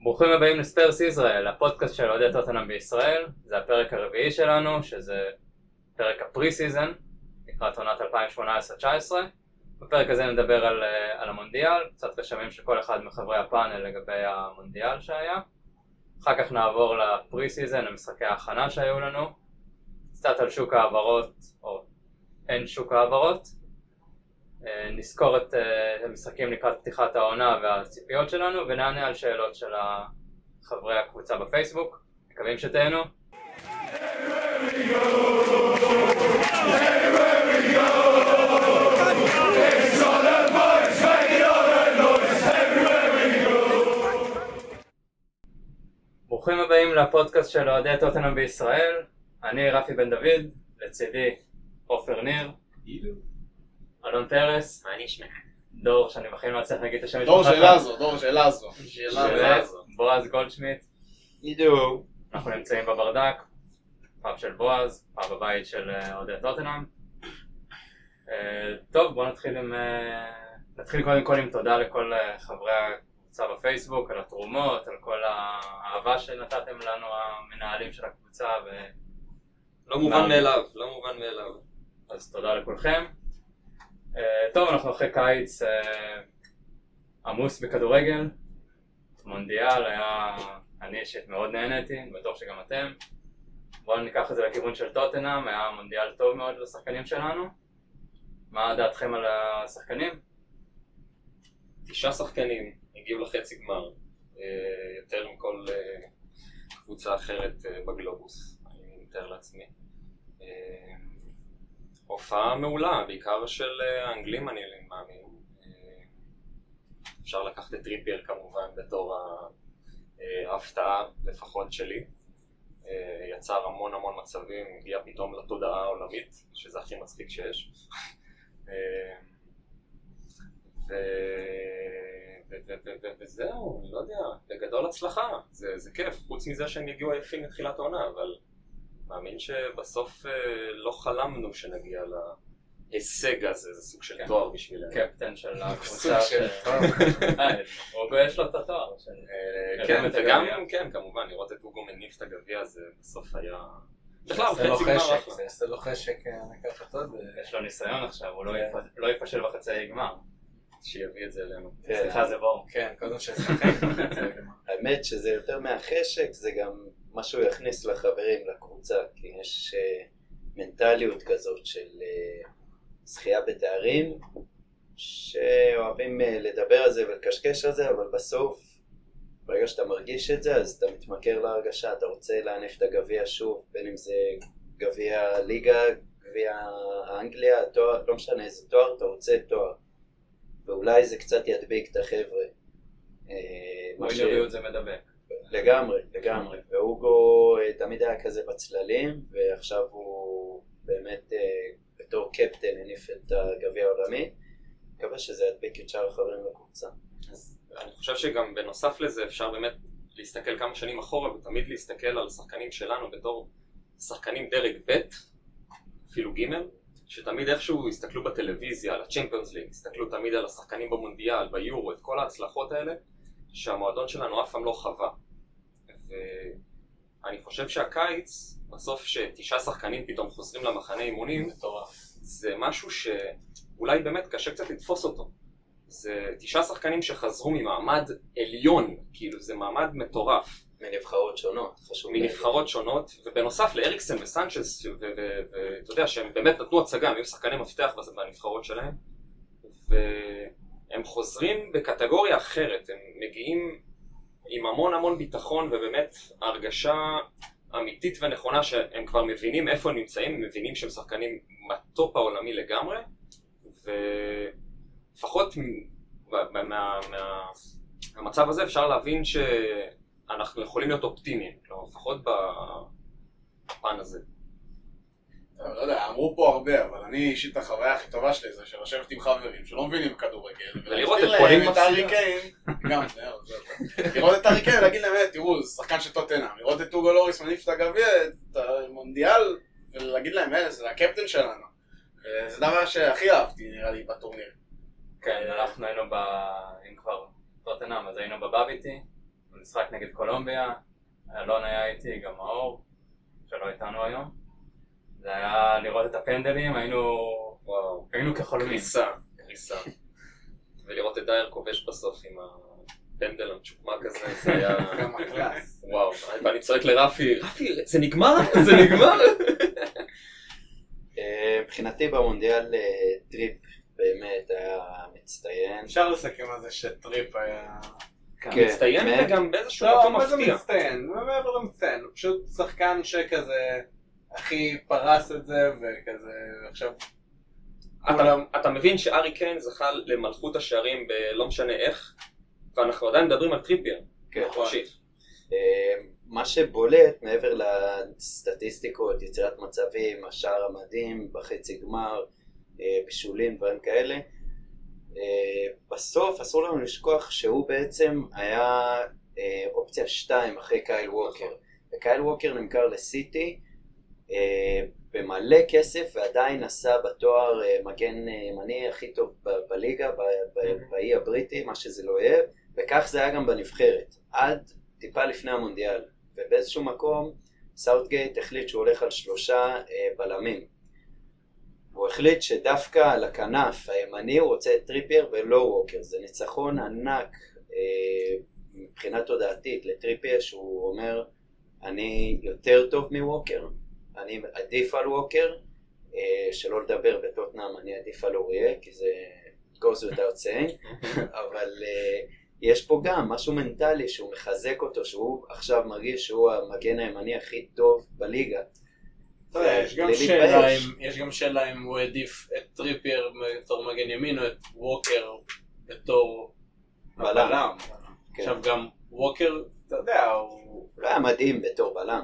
ברוכים הבאים לספרס ישראל, הפודקאסט של אוהדי טוטנהאם בישראל. זה הפרק הרביעי שלנו, שזה פרק הפרי-סיזן, לקראת עונת 2018-19. בפרק הזה נדבר על המונדיאל, קצת רשמים של כל אחד מחברי הפאנל לגבי המונדיאל שהיה. אחר כך נעבור לפרי-סיזן, למשחקי ההכנה שהיו לנו. קצת על שוק העברות, או אין שוק העברות. נזכור את המשחקים לקראת פתיחת העונה והציפיות שלנו, ונענה על שאלות של חברי הקבוצה בפייסבוק. מקווים שתהנו. ברוכים הבאים לפודקאסט של אוהדי טוטנהאם בישראל. אני רפי בן דוד, לצידי עופר ניר, אלון פרס, מה נשמע? דור, שאני בכלל לא מצליח להגיד את השם דור שאלה זו. בועז גולדשמיט. ידעו. אנחנו נמצאים בברדק, פאב של בועז, פאב בבית של אוהדי טוטנהאם. טוב, בואו נתחיל קודם כל עם תודה לכל חברי הקבוצה בפייסבוק, על התרומות, על כל האהבה שנתתם לנו המנהלים של הקבוצה. לא מובן מאליו. אז תודה לכולכם. טוב, אנחנו אחרי קיץ עמוס בכדורגל, מונדיאל היה, אני אישית מאוד נהניתי, בטוח שגם אתם. בואו ניקח את זה לכיוון של טוטנהאם, היה מונדיאל טוב מאוד לשחקנים שלנו. מה דעתכם על השחקנים? 9 שחקנים הגיעו לחצי גמר, יותר מכל קבוצה אחרת בגלובוס, אני מתאר לעצמי. הופעה מעולה, בעיקר של האנגלים אני מאמין. אפשר לקחת את טריפייר כמובן בתור ההפתעה לפחות שלי. יצר המון מצבים, הגיע פתאום לתודעה העולמית, שזה הכי מצחיק שיש. וזהו, לא יודע, בגדול הצלחה, זה כיף, חוץ מזה שהם הגיעו עייפים מתחילת העונה, אבל מאמין שבסוף לא חלמנו שנגיע להישג הזה, זה סוג של תואר בשבילנו. קפטן של הקבוצה של... אוגו יש לו את התואר. כן, וגם, כן, כמובן, לראות את אוגו מניף את הגביע הזה בסוף היה... בכלל, חצי גמר אחלה. זה יעשה לו חשק לקחת אותו. יש לו ניסיון עכשיו, הוא לא יפשל בחצי גמר. שיביא את זה אלינו. סליחה, זה בור. כן, קודם ששחק. האמת שזה יותר מהחשק, זה גם משהו יכניס לחברים לקבוצה, כי יש מנטליות כזאת של זכייה בתארים, שאוהבים לדבר על זה ולקשקש על זה, אבל בסוף, ברגע שאתה מרגיש את זה, אז אתה מתמכר להרגשה, אתה רוצה להניף את הגביע שוב, בין אם זה גביע ליגה, גביע אנגליה, תואר, לא משנה איזה תואר, אתה רוצה תואר. ואולי זה קצת ידביק את החבר'ה. מוינריות זה מדבק. לגמרי. ואוגו תמיד היה כזה בצללים, ועכשיו הוא באמת בתור קפטן הניף את הגביע העולמי. מקווה שזה ידביק את שאר החברים לקבוצה. אז אני חושב שגם בנוסף לזה אפשר באמת להסתכל כמה שנים אחורה, ותמיד להסתכל על השחקנים שלנו בתור שחקנים דרג ב', אפילו ג', שתמיד איכשהו הסתכלו בטלוויזיה על הצ'מפיונס ליג, הסתכלו תמיד על השחקנים במונדיאל, ביורו, את כל ההצלחות האלה שהמועדון שלנו אף פעם לא חווה. ואני חושב שהקיץ, בסוף ש9 שחקנים פתאום חוזרים למחנה אימונים, זה משהו שאולי באמת קשה קצת לתפוס אותו. זה 9 שחקנים שחזרו ממעמד עליון, כאילו זה מעמד מטורף. מנבחרות שונות, חשוב להגיד. מנבחרות שונות, ובנוסף לאריקסן וסנצ'ס, ואתה יודע שהם באמת נתנו הצגה, הם היו שחקני מפתח בנבחרות שלהם, והם חוזרים בקטגוריה אחרת, הם מגיעים עם המון ביטחון, ובאמת הרגשה אמיתית ונכונה שהם כבר מבינים איפה הם נמצאים, הם מבינים שהם שחקנים מהטופ העולמי לגמרי, ולפחות מהמצב הזה אפשר להבין אנחנו יכולים להיות אופטימיים, לפחות בפן הזה. לא יודע, אמרו פה הרבה, אבל אני אישית החוויה הכי טובה שלי זה לשבת עם חברים שלא מבינים כדורגל ולראות את פולין מפסידים. גם, לראות את הארי קיין ולהגיד להם, תראו, זה שחקן של טוטנהאם, לראות את אוגו לוריס מניף את הגביע, את המונדיאל, ולהגיד להם, זה הקפטן שלנו. זה דבר שהכי אהבתי נראה לי בטורניר. כן, אנחנו היינו אם כבר טוטנהאם, אז היינו בבאביטי, במשחק נגד קולומביה, אלון היה איתי, גם מאור, שלא איתנו היום. זה היה לראות את הפנדלים, היינו כחולמים. קריסה. ולראות את דייר כובש בסוף עם הפנדל המצ'וקמק הזה, זה היה... גם הקלאס. וואו, ואני צועק לרפי, זה נגמר? זה נגמר? מבחינתי במונדיאל טריפ באמת היה מצטיין. אפשר לסכם על זה שטריפ היה... מצטיין וגם באיזשהו לא, מקום מה זה מפתיע. מצטיין? מעבר למצטיין, הוא פשוט שחקן שכזה הכי פרס את זה וכזה עכשיו... אתה מבין שארי קיין זכה למלכות השערים בלא משנה איך, ואנחנו עדיין מדברים על טריפייר. כן. תמשיך. מה שבולט מעבר לסטטיסטיקות, יצירת מצבים, השער המדהים, בחצי גמר, בישולים, דברים כאלה, בסוף אסור לנו לשכוח שהוא בעצם היה אופציה 2 אחרי קייל ווקר. וקייל ווקר נמכר לסיטי במלא כסף ועדיין עשה בתואר מגן ימני הכי טוב בליגה, באי הבריטי, מה שזה לא יהיה, וכך זה היה גם בנבחרת, עד טיפה לפני המונדיאל. ובאיזשהו מקום סאוטגייט החליט שהוא הולך על 3 בלמים. הוא החליט שדווקא על הכנף הימני הוא רוצה את טריפייר ולא ווקר. זה ניצחון ענק מבחינה תודעתית לטריפייר, שהוא אומר אני יותר טוב מווקר, אני עדיף על ווקר, שלא לדבר בטוטנאם אני עדיף על אוריה, כי זה goes without saying, אבל יש פה גם משהו מנטלי שהוא מחזק אותו, שהוא עכשיו מרגיש שהוא המגן הימני הכי טוב בליגה. יש גם שאלה אם הוא העדיף את טריפייר בתור מגן ימין או את ווקר בתור בלם. עכשיו גם ווקר, אתה יודע, הוא לא היה מדהים בתור בלם.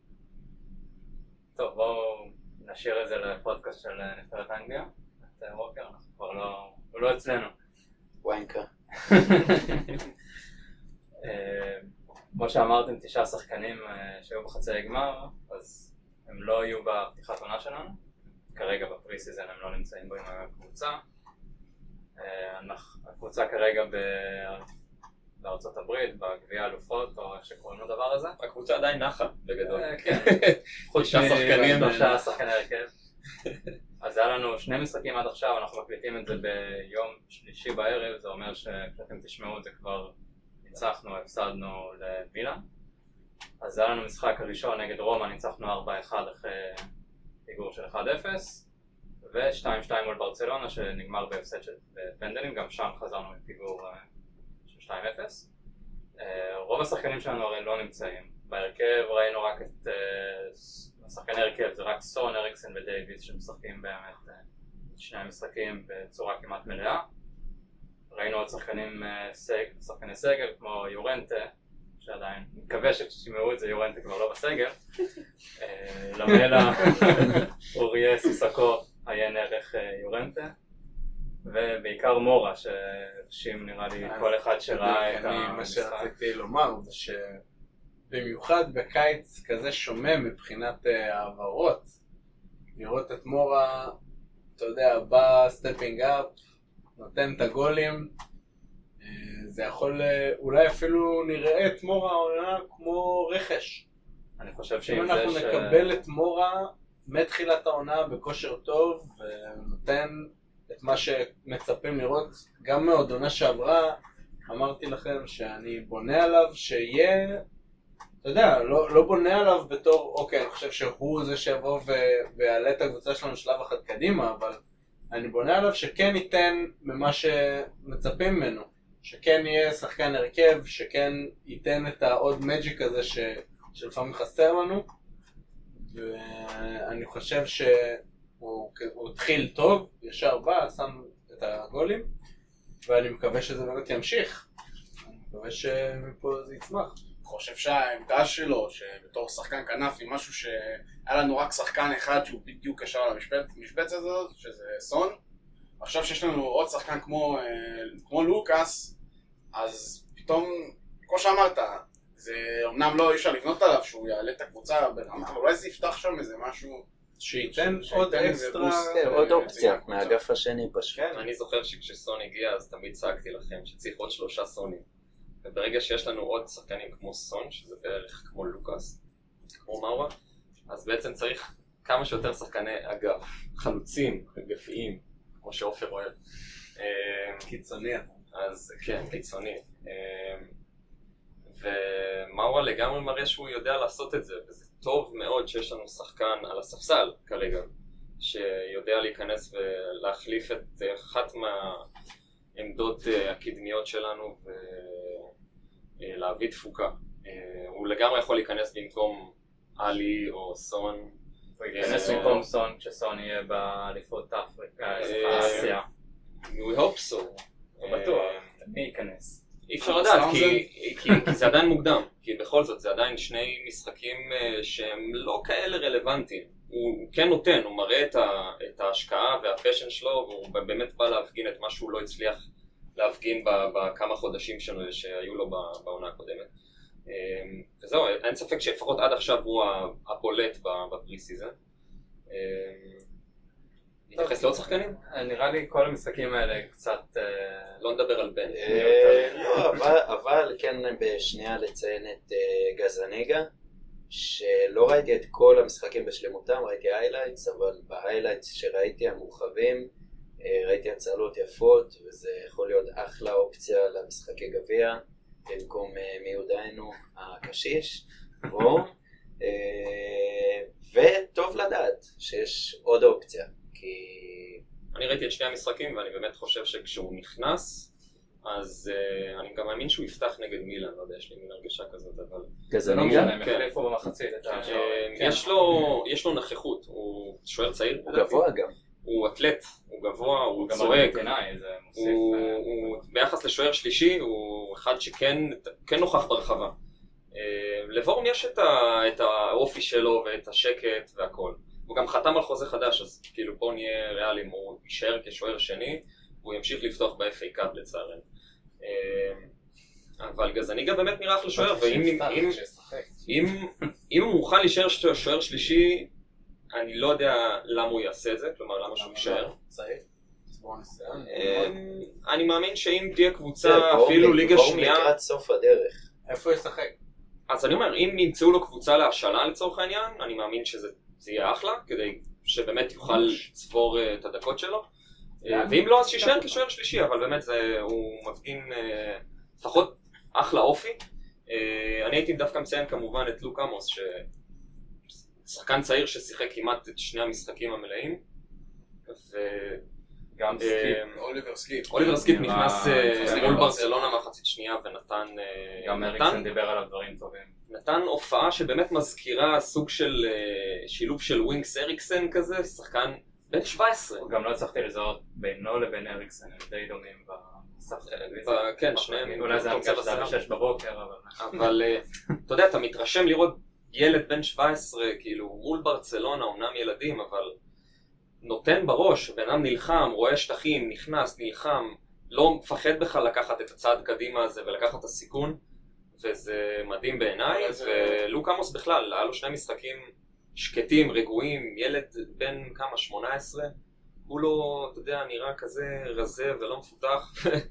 טוב, בואו נשאיר את זה לפודקאסט של נבחרת אנגליה. את ווקר, אנחנו כבר לא אצלנו. וויינקה. כמו שאמרתם, 9 שחקנים שהיו בחצי גמר, אז הם לא יהיו בפתיחת עונה שלנו. כרגע בפרי-סיזן הם לא נמצאים בו עם הקבוצה. הקבוצה כרגע בארצות הברית, בגביע האלופות, או איך שקוראים לדבר הזה. הקבוצה עדיין נחה, בגדול. כן. חוץ משלושה שחקני הרכב. אז היה לנו 2 משחקים עד עכשיו, אנחנו מקליטים את זה ביום שלישי בערב, זה אומר שכשאתם תשמעו את זה כבר ניצחנו, הפסדנו לווילה. אז היה לנו משחק הראשון נגד רומא, ניצחנו 4-1 אחרי פיגור של 1-0, ו-2-2 מול ברצלונה שנגמר בהפסד של פנדלים, גם שם חזרנו מפיגור של 2-0. רוב השחקנים שלנו הרי לא נמצאים. בהרכב ראינו רק את השחקני הרכב, זה רק סון, אריקסן ודייביס שמשחקים באמת 2 משחקים בצורה כמעט מלאה. ראינו עוד שחקני סגל כמו יורנטה, שעדיין מקווה שתשמעו את זה, יורנטה כבר לא בסגל. למלה, אוריה, סיסקו, עיין ערך יורנטה. ובעיקר מורה, שרשים נראה לי כל אחד שראה את מה שרציתי לומר זה שבמיוחד בקיץ כזה שומם מבחינת העברות, לראות את מורה, אתה יודע, בא סטפינג אפ, נותן את הגולים, זה יכול, אולי אפילו נראה את מורה העונה כמו רכש. אני חושב אם אנחנו נקבל את מורה מתחילת העונה בכושר טוב ונותן את מה שמצפים לראות, גם מהעונה שעברה אמרתי לכם שאני בונה עליו שיהיה, אתה יודע, לא בונה עליו בתור, אוקיי, אני חושב שהוא זה שיבוא ויעלה את הקבוצה שלנו שלב אחד קדימה, אבל אני בונה עליו שכן ייתן ממה שמצפים ממנו, שכן יהיה שחקן הרכב, שכן ייתן את העוד מג'יק הזה שלפעמים חסר לנו, ואני חושב שהוא התחיל טוב, ישר בא, שם את הגולים, ואני מקווה שזה באמת ימשיך. אני מקווה שמפה זה יצמח. אני חושב שהעמדה שלו, שבתור שחקן כנף, היא משהו שהיה לנו רק שחקן אחד שהוא בדיוק קשר על המשבצת הזאת, שזה סון. עכשיו שיש לנו עוד שחקן כמו לוקאס, אז פתאום, כמו שאמרת, זה אומנם לא אי אפשר לבנות עליו שהוא יעלה את הקבוצה ברמה, אבל אולי זה יפתח שם איזה משהו שייתן עוד אקסטרה, עוד אופציה מהאגף השני פשוט. אני זוכר שכשסון הגיע אז תמיד צעקתי לכם שצריך עוד 3 סונים. וברגע שיש לנו עוד שחקנים כמו סון, שזה בערך כמו לוקאס, כמו מאורה, אז בעצם צריך כמה שיותר שחקני אגף, חלוצים, אגפיים, כמו שאופר אוהב. קיצוני. אז כן, קיצוני. ומאורה לגמרי מראה שהוא יודע לעשות את זה, וזה טוב מאוד שיש לנו שחקן על הספסל כרגע, שיודע להיכנס ולהחליף את אחת מהעמדות הקדמיות שלנו ולהביא תפוקה. הוא לגמרי יכול להיכנס במקום אלי או סון. הוא ייכנס במקום סון כשסון יהיה באליפות אפריקה, אסיה. We hope so. הוא בטוח, מי ייכנס? אי אפשר לדעת, כי זה עדיין מוקדם, כי בכל זאת זה עדיין שני משחקים שהם לא כאלה רלוונטיים. הוא כן נותן, הוא מראה את ההשקעה והפשן שלו, והוא באמת בא להפגין את מה שהוא לא הצליח להפגין בכמה חודשים שהיו לו בעונה הקודמת. וזהו, אין ספק שלפחות עד עכשיו הוא הבולט בפרי-סיזן. נתייחס לעוד שחקנים? נראה לי כל המשחקים האלה קצת... לא נדבר על בן. לא, אבל כן בשנייה לציין את גזניגה, שלא ראיתי את כל המשחקים בשלמותם, ראיתי היילייטס, אבל בהיילייטס שראיתי המורחבים, ראיתי הצלות יפות, וזה יכול להיות אחלה אופציה למשחקי גביע, במקום מיודענו הקשיש, וטוב לדעת שיש עוד אופציה, כי... אני ראיתי את שני המשחקים ואני באמת חושב שכשהוא נכנס, אז אני גם מאמין שהוא יפתח נגד מילאן, לא יודע, יש לי מין הרגשה כזאת, אבל... גזניגה? הם החליפו במחצית את השער. יש לו נוכחות, הוא שוער צעיר. הוא גבוה גם. הוא אתלט, הוא גבוה, הוא צועק. גם ארגנטינאי, זה מוסיף... ביחס לשוער שלישי, הוא אחד שכן נוכח ברחבה. לוורם יש את האופי שלו ואת השקט והכל. הוא גם חתם על חוזה חדש, אז כאילו בוא נהיה ריאליים, הוא יישאר כשוער שני, והוא ימשיך לפתוח ב-FA קאפ לצערנו. אבל גזניגה באמת נראה אחלה שוער, ואם הוא מוכן להישאר שוער שלישי, אני לא יודע למה הוא יעשה את זה, כלומר למה שהוא יישאר. אני מאמין שאם תהיה קבוצה אפילו ליגה שנייה... בואו לקראת סוף הדרך. איפה ישחק? אז אני אומר, אם נמצאו לו קבוצה להשאלה לצורך העניין, אני מאמין שזה יהיה אחלה, כדי שבאמת יוכל לצבור את הדקות שלו. ואם לא, אז שישאר כשוער שלישי, אבל באמת הוא מפגין לפחות אחלה אופי. אני הייתי דווקא מציין כמובן את לוק עמוס, שחקן צעיר ששיחק כמעט את שני המשחקים המלאים. גם סקיפ. אוליבר סקיפ נכנס מול ברצלונה מחצית שנייה ונתן... גם אריקסן דיבר עליו דברים טובים. נתן הופעה שבאמת מזכירה סוג של שילוב של ווינקס אריקסן כזה, שחקן בן 17. גם לא הצלחתי לזהות בינו לבין אריקסן, הם די דומים בסך טלוויזיה. כן, שניהם. אולי זה הרגש שזה ב6 בבוקר, אבל אתה יודע, אתה מתרשם לראות ילד בן 17, כאילו מול ברצלונה, אומנם ילדים, אבל נותן בראש, בן אדם נלחם, רואה שטחים, נכנס, נלחם, לא מפחד בכלל לקחת את הצעד קדימה הזה ולקחת את הסיכון, וזה מדהים בעיניי. ולוק עמוס בכלל, היה לו שני משחקים שקטים, רגועים, ילד בן כמה, 18, הוא לא, אתה יודע, נראה כזה רזה ולא מפותח,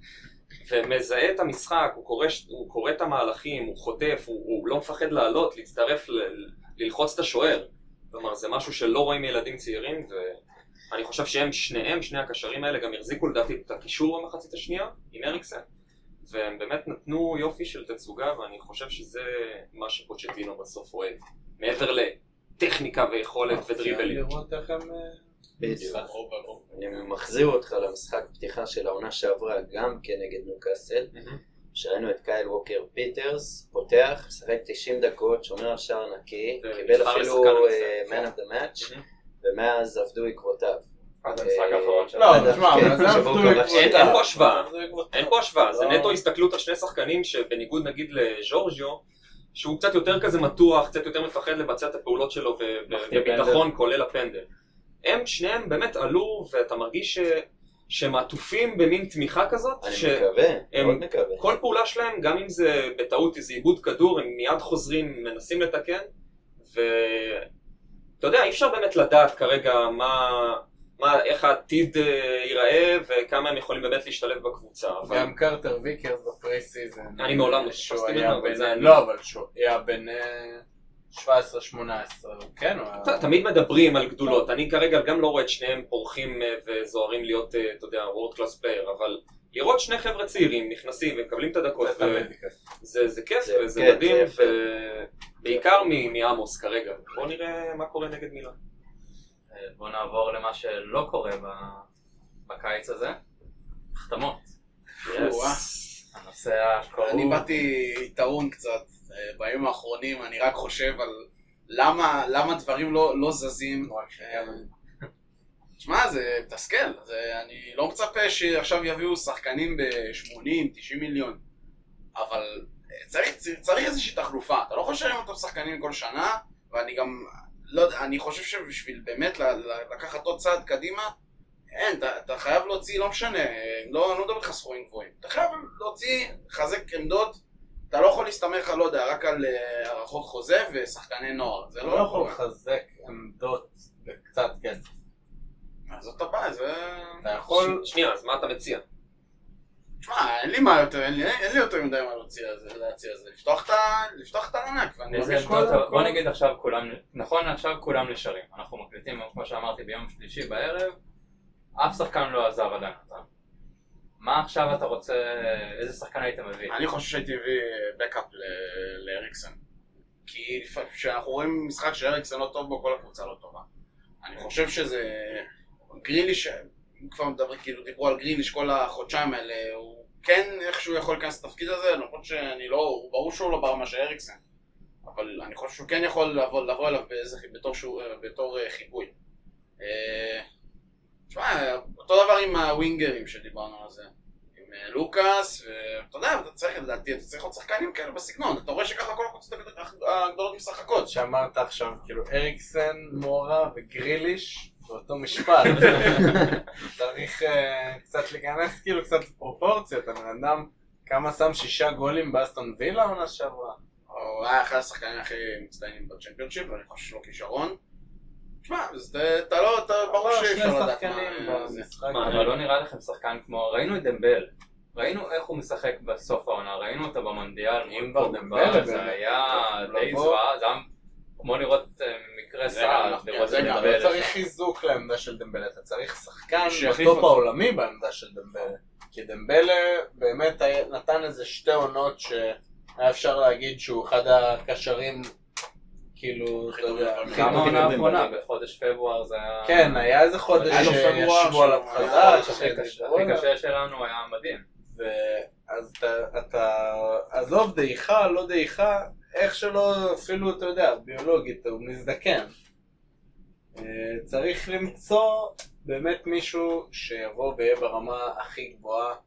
ומזהה את המשחק, הוא קורא את המהלכים, הוא חוטף, הוא לא מפחד לעלות, להצטרף, ללחוץ את השוער. כלומר, זה משהו שלא רואים ילדים צעירים, ואני חושב שהם שני הקשרים האלה גם החזיקו לדעתי את הקישור במחצית השנייה, עם אריקסן, והם באמת נתנו יופי של תצוגה, ואני חושב שזה מה שפוצ'טינו בסוף אוהב. מעבר לטכניקה ויכולת ודריבלים. לראות איך הם... בדיוק. אני מחזיר אותך למשחק פתיחה של העונה שעברה גם כנגד ניוקאסל, שראינו את קייל ווקר פיטרס, פותח, משחק 90 דקות, שומר על שער נקי, קיבל אפילו man of the match, ומאז עבדו עקבותיו. עד המשחק האחרון שלו. לא, תשמע, זה עבדו אין פה השוואה, אין פה השוואה, זה נטו הסתכלות על שני שחקנים שבניגוד נגיד לג'ורג'יו, שהוא קצת יותר כזה מתוח, קצת יותר מפחד לבצע את הפעולות שלו בביטחון כולל הפנדל. הם שניהם באמת עלו ואתה מרגיש שמעטופים במין תמיכה כזאת. אני מקווה, מאוד מקווה. כל פעולה שלהם, גם אם זה בטעות איזה איבוד כדור, הם מיד חוזרים, מנסים לתקן, ואתה יודע, אי אפשר באמת לדעת כרגע איך העתיד ייראה וכמה הם יכולים באמת להשתלב בקבוצה. גם קרטר ויקרס בפרי סיזן. אני מעולם לא שהוא תפסתי היה ממנו, אבל בן- זה אני. לא, אבל שהוא היה בן 17-18, כן? הוא היה- תמיד מדברים על גדולות, אני כרגע גם לא רואה את שניהם פורחים וזוהרים להיות, אתה יודע, וורד קלאס פלייר, אבל לראות שני חבר'ה צעירים נכנסים ומקבלים את הדקות, זה תמיד כיף. זה כיף זה- וזה כן, מדהים, זה יפה. ובעיקר מעמוס כרגע. בואו נראה מה קורה נגד מילאן. בואו נעבור למה שלא קורה בקיץ הזה. החתמות. הנושא הכאוב. אני באתי טעון קצת בימים האחרונים, אני רק חושב על למה דברים לא זזים. תשמע, זה מתסכל, אני לא מצפה שעכשיו יביאו שחקנים ב-80-90 מיליון, אבל צריך איזושהי תחלופה, אתה לא חושב עם אותם שחקנים כל שנה, ואני גם, לא יודע, אני חושב שבשביל באמת לקחת עוד צעד קדימה, אין, אתה חייב להוציא, לא משנה, אני לא מדבר לך סכומים גבוהים, אתה חייב להוציא, לחזק עמדות, אתה לא יכול להסתמך, לא יודע, רק על הערכות חוזה ושחקני נוער, זה אתה לא יכול קורה. לחזק עמדות בקצת כסף. אז זאת הבעיה, זה... אתה יכול... שנייה, אז מה אתה מציע? תשמע, אין לי מה יותר, אין לי יותר מדי מה להציע זה, לפתוח את הענק, ואני איזה מרגיש עמדות, בוא נגיד עכשיו כולם, נכון עכשיו כולם נשארים, אנחנו מקליטים כמו שאמרתי ביום שלישי בערב, אף שחקן לא עזר עדיין אותם. מה עכשיו אתה רוצה, איזה שחקן היית מביא? אני חושב שהייתי מביא בקאפ לאריקסן, כי כשאנחנו רואים משחק שאריקסן לא טוב בו, כל הקבוצה לא טובה. אני חושב שזה גריליש, כבר מדברים, כאילו דיברו על גריליש כל החודשיים האלה, הוא כן איכשהו יכול להיכנס לתפקיד הזה, למרות שאני לא, הוא ברור שהוא לא ברמה של אריקסן, אבל אני חושב שהוא כן יכול לבוא אליו בתור חיפוי. תשמע, אותו דבר עם הווינגרים שדיברנו על זה, עם לוקאס, ואתה יודע, אתה צריך לדעתי, אתה צריך עוד שחקנים כאלה בסגנון, אתה רואה שככה כל הקבוצות הגדולות משחקות. שאמרת עכשיו, כאילו אריקסן, מורה וגריליש באותו משפט. צריך קצת להיכנס, כאילו קצת פרופורציות, הבן אדם כמה שם 6 גולים באסטון וילה עונה שעברה. הוא היה אחד השחקנים הכי מצטיינים בצ'מפיונשיפ, ואני חושב שלא כישרון. תשמע, אתה ברור שאפשר לדעת מה זה. במשחק. אבל לא נראה לכם שחקן כמו, ראינו את דמבל, ראינו איך הוא משחק בסוף העונה, ראינו אותו במונדיאל, אם מול כבר פוגבה, דמבלה, זה באמת. היה די לבוא. זוועה, זה היה כמו לראות מקרה סעד, לראות זה את גם, אתה לא דמבל. צריך חיזוק לעמדה של דמבלה, אתה צריך שחקן שיחליף בטופ אותו. העולמי בעמדה של דמבלה. כי דמבלה באמת נתן איזה 2 עונות שהיה אפשר להגיד שהוא אחד הקשרים, כאילו, אתה יודע, הכי גם טובים העונה בדמבלה. האחרונה, בחודש פברואר זה היה... כן, היה איזה חודש היה לו פברואר שישבו עליו שהוא חזק, החודש הכי שדיברו הכי עליו. קשה שלנו היה מדהים. ואז אתה, עזוב דעיכה, לא דעיכה, איך שלא, אפילו, אתה יודע, ביולוגית, הוא מזדקן. צריך למצוא באמת מישהו שיבוא ויהיה ברמה הכי גבוהה.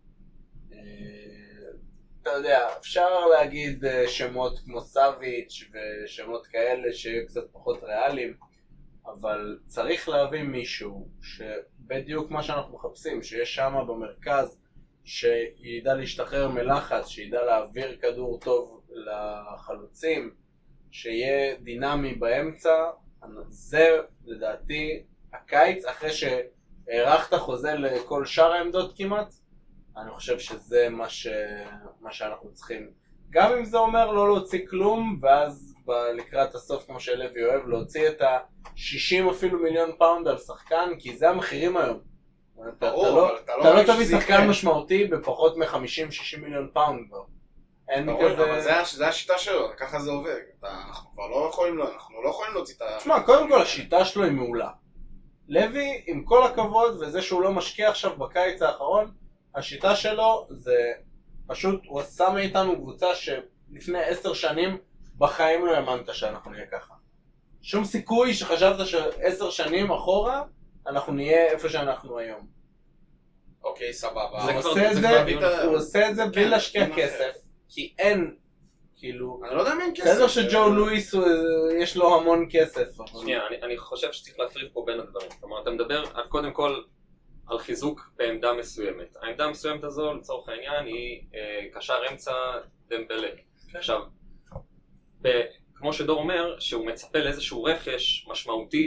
אתה יודע, אפשר להגיד שמות כמו סאביץ' ושמות כאלה שיהיו קצת פחות ריאליים, אבל צריך להביא מישהו שבדיוק מה שאנחנו מחפשים, שיש שם במרכז, שידע להשתחרר מלחץ, שידע להעביר כדור טוב לחלוצים, שיהיה דינמי באמצע. זה לדעתי הקיץ, אחרי שהערכת חוזה לכל שאר העמדות כמעט, אני חושב שזה מה שאנחנו צריכים. גם אם זה אומר לא להוציא כלום, ואז לקראת הסוף, כמו שלוי אוהב, להוציא את ה-60 אפילו מיליון פאונד על שחקן, כי זה המחירים היום. אתה לא תביא שחקן משמעותי בפחות מ-50-60 מיליון פאונד כבר. אין כזה... אבל זה השיטה שלו, ככה זה עובד. אנחנו כבר לא יכולים להוציא את ה... תשמע, קודם כל השיטה שלו היא מעולה. לוי, עם כל הכבוד, וזה שהוא לא משקיע עכשיו בקיץ האחרון, השיטה שלו זה פשוט, הוא עשה מאיתנו קבוצה שלפני 10 שנים בחיים לא האמנת שאנחנו נהיה ככה. שום סיכוי שחשבת ש10 שנים אחורה אנחנו נהיה איפה שאנחנו היום. אוקיי, סבבה. הוא עושה את זה בלי להשקיע כסף, כי אין, כאילו, אני לא יודע אם אין כסף. בסדר שג'ו לואיס יש לו המון כסף. שנייה, אני חושב שצריך להפריד פה בין הדברים. כלומר, אתה מדבר קודם כל על חיזוק בעמדה מסוימת. העמדה המסוימת הזו, לצורך העניין, היא קשר אמצע דמבלה. עכשיו, כמו שדור אומר, שהוא מצפה לאיזשהו רכש משמעותי,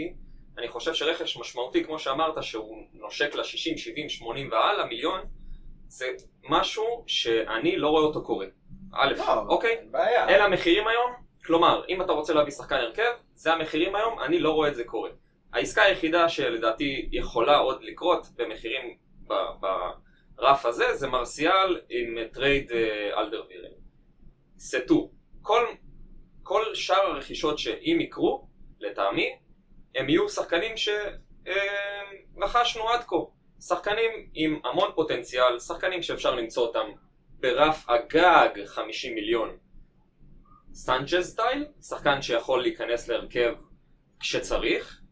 אני חושב שרכש משמעותי, כמו שאמרת, שהוא נושק ל-60, 70, 80 והלאה מיליון, זה משהו שאני לא רואה אותו קורה. א', אוקיי? אלה המחירים היום, כלומר, אם אתה רוצה להביא שחקן הרכב, זה המחירים היום, אני לא רואה את זה קורה. העסקה היחידה שלדעתי יכולה עוד לקרות במחירים ברף הזה, זה מרסיאל עם טרייד אלדרווירל. סטו. כל שאר הרכישות שאם יקרו, לטעמי, הם יהיו שחקנים שרכשנו עד כה. שחקנים עם המון פוטנציאל, שחקנים שאפשר למצוא אותם ברף הגג 50 מיליון. סנצ'ז סטייל, שחקן שיכול להיכנס להרכב כשצריך,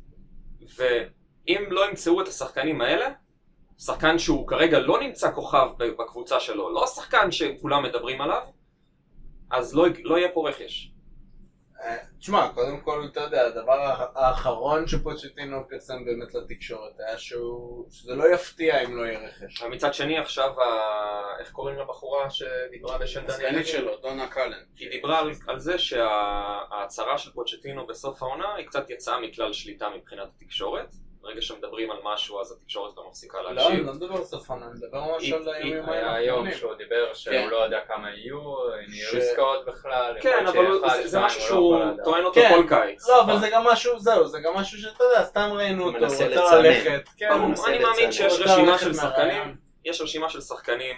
ואם לא ימצאו את השחקנים האלה, שחקן שהוא כרגע לא נמצא כוכב בקבוצה שלו, לא שחקן שכולם מדברים עליו, אז לא יהיה פה רכש. תשמע, קודם כל, אתה יודע, הדבר האחרון שפוצ'טינו פרסם באמת לתקשורת היה שזה לא יפתיע אם לא יהיה רכש. ומצד שני עכשיו, איך קוראים לבחורה שדיברה בשם דני? הסגנית שלו, דונה קלן. היא דיברה על זה שההצהרה של פוצ'טינו בסוף העונה היא קצת יצאה מכלל שליטה מבחינת התקשורת. ברגע שמדברים על משהו אז התקשורת לא מפסיקה להקשיב. לא, אני לא מדבר על סוף העונה, אני מדבר ממש על הימים האלה. היה היום שהוא דיבר שהוא לא יודע כמה יהיו, נהיו עסקאות בכלל. כן, אבל זה משהו שהוא טוען אותו כל קיץ. לא, אבל זה גם משהו, זהו, זה גם משהו שאתה יודע, סתם ראינו אותו, מנסה רוצה ללכת. אני מאמין שיש רשימה של שחקנים, יש רשימה של שחקנים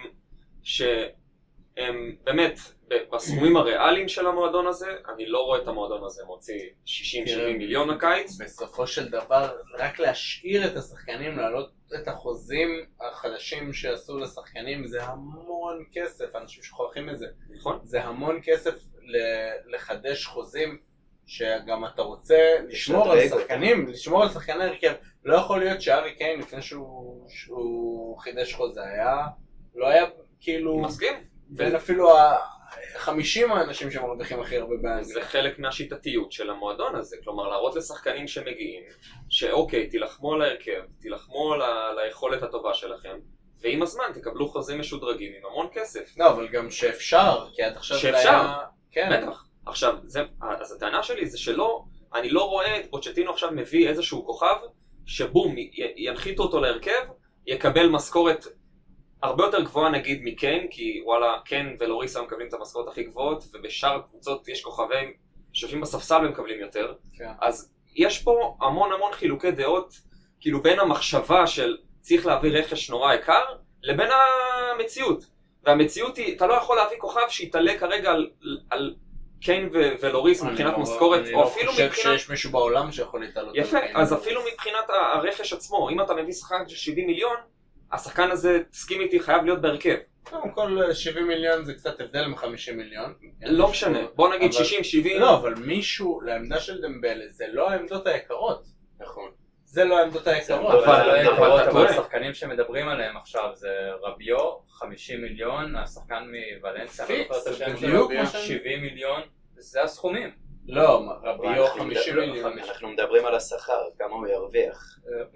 שהם באמת בסכומים הריאליים של המועדון הזה, אני לא רואה את המועדון הזה מוציא 60-70 מיליון הקיץ. בסופו של דבר, רק להשאיר את השחקנים, להעלות את החוזים החדשים שעשו לשחקנים, זה המון כסף, אנשים שוכחים את זה. נכון. זה המון כסף לחדש חוזים, שגם אתה רוצה לשמור על שחקנים, לשמור על שחקני הרכב. לא יכול להיות שארי קיין לפני שהוא חידש חוזה, לא היה כאילו... מסכים. בין אפילו 50 האנשים שמרוויחים הכי הרבה באנגליה. זה חלק מהשיטתיות של המועדון הזה, כלומר להראות לשחקנים שמגיעים, שאוקיי, תילחמו על ההרכב, תילחמו על היכולת הטובה שלכם, ועם הזמן תקבלו חוזים משודרגים עם המון כסף. לא, אבל גם שאפשר, כי עד עכשיו זה היה... כן. בטח. עכשיו, אז הטענה שלי זה שלא, אני לא רואה את פוצ'טינו עכשיו מביא איזשהו כוכב, שבום, ינחיתו אותו להרכב, יקבל משכורת הרבה יותר גבוהה נגיד מקיין, כי וואלה, קיין ולוריסה מקבלים את המשכורת הכי גבוהות, ובשאר הקבוצות יש כוכבים שיושבים בספסל ומקבלים יותר. כן. אז יש פה המון חילוקי דעות, כאילו בין המחשבה של צריך להביא רכש נורא יקר, לבין המציאות. והמציאות היא, אתה לא יכול להביא כוכב שיתעלה כרגע על קיין ולוריס מבחינת משכורת, או אפילו מבחינת... אני חושב שיש מישהו בעולם שיכול להתעלות. יפה, אז אפילו מבחינת הרכש עצמו, אם אתה מביא שחקן של 70 מיליון, השחקן הזה, תסכים איתי, חייב להיות בהרכב. קודם כל 70 מיליון זה קצת הבדל מ-50 מיליון. לא משנה, בוא נגיד 60-70. לא, אבל מישהו, לעמדה של דמבלה, זה לא העמדות היקרות. נכון. זה לא העמדות היקרות. אבל השחקנים שמדברים עליהם עכשיו זה רביו, 50 מיליון, השחקן מוולנסיה, 70 מיליון, זה הסכומים. לא, רביו 50 מיליון. אנחנו מדברים על השכר, כמה הוא ירוויח.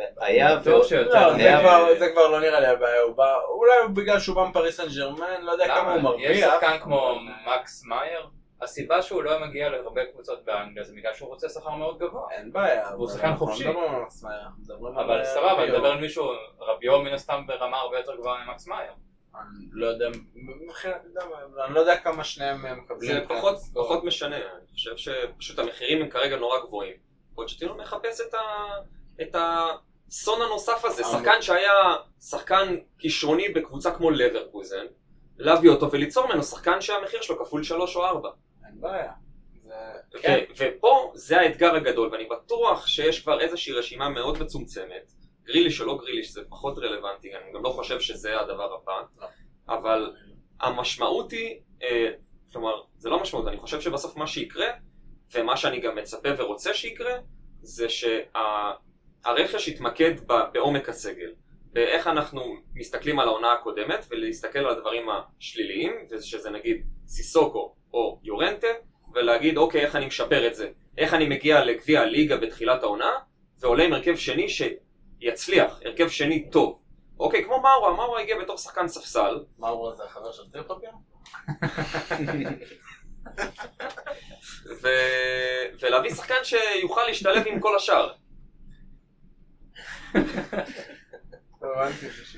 זה כבר לא נראה לי הבעיה, אולי בגלל שהוא בא מפריס סן ז'רמן, לא יודע כמה הוא מרוויח. יש שחקן כמו מקס מאייר, הסיבה שהוא לא מגיע להרבה קבוצות באנגליה זה בגלל שהוא רוצה שכר מאוד גבוה. אין בעיה. והוא שחקן חופשי. אבל אבל סבבה, נדבר על מישהו, רביו מן הסתם ברמה הרבה יותר גבוהה ממקס מאייר. אני לא יודע, אני לא יודע כמה שניהם מקבלים. זה פחות משנה, אני חושב שפשוט המחירים הם כרגע נורא גבוהים. פוצ'טינו מחפש את הסון הנוסף הזה, שחקן שהיה שחקן כישרוני בקבוצה כמו לברקוזן, להביא אותו וליצור ממנו שחקן שהמחיר שלו כפול 3 או 4. אין בעיה. ופה זה האתגר הגדול, ואני בטוח שיש כבר איזושהי רשימה מאוד מצומצמת, גריליש או לא גריליש זה פחות רלוונטי, אני גם לא חושב שזה הדבר הבא, אבל המשמעות היא, כלומר זה לא משמעות, אני חושב שבסוף מה שיקרה, ומה שאני גם מצפה ורוצה שיקרה, זה שהרכש יתמקד בעומק הסגל, באיך אנחנו מסתכלים על העונה הקודמת ולהסתכל על הדברים השליליים, שזה נגיד סיסוקו או יורנטה, ולהגיד אוקיי איך אני משפר את זה, איך אני מגיע לגביע הליגה בתחילת העונה, ועולה עם הרכב שני שיצליח, הרכב שני טוב. אוקיי, כמו מאורה הגיע בתור שחקן ספסל. מאורה זה החבר של טריפופיה? ולהביא שחקן שיוכל להשתלב עם כל השאר. הבנתי פשוט.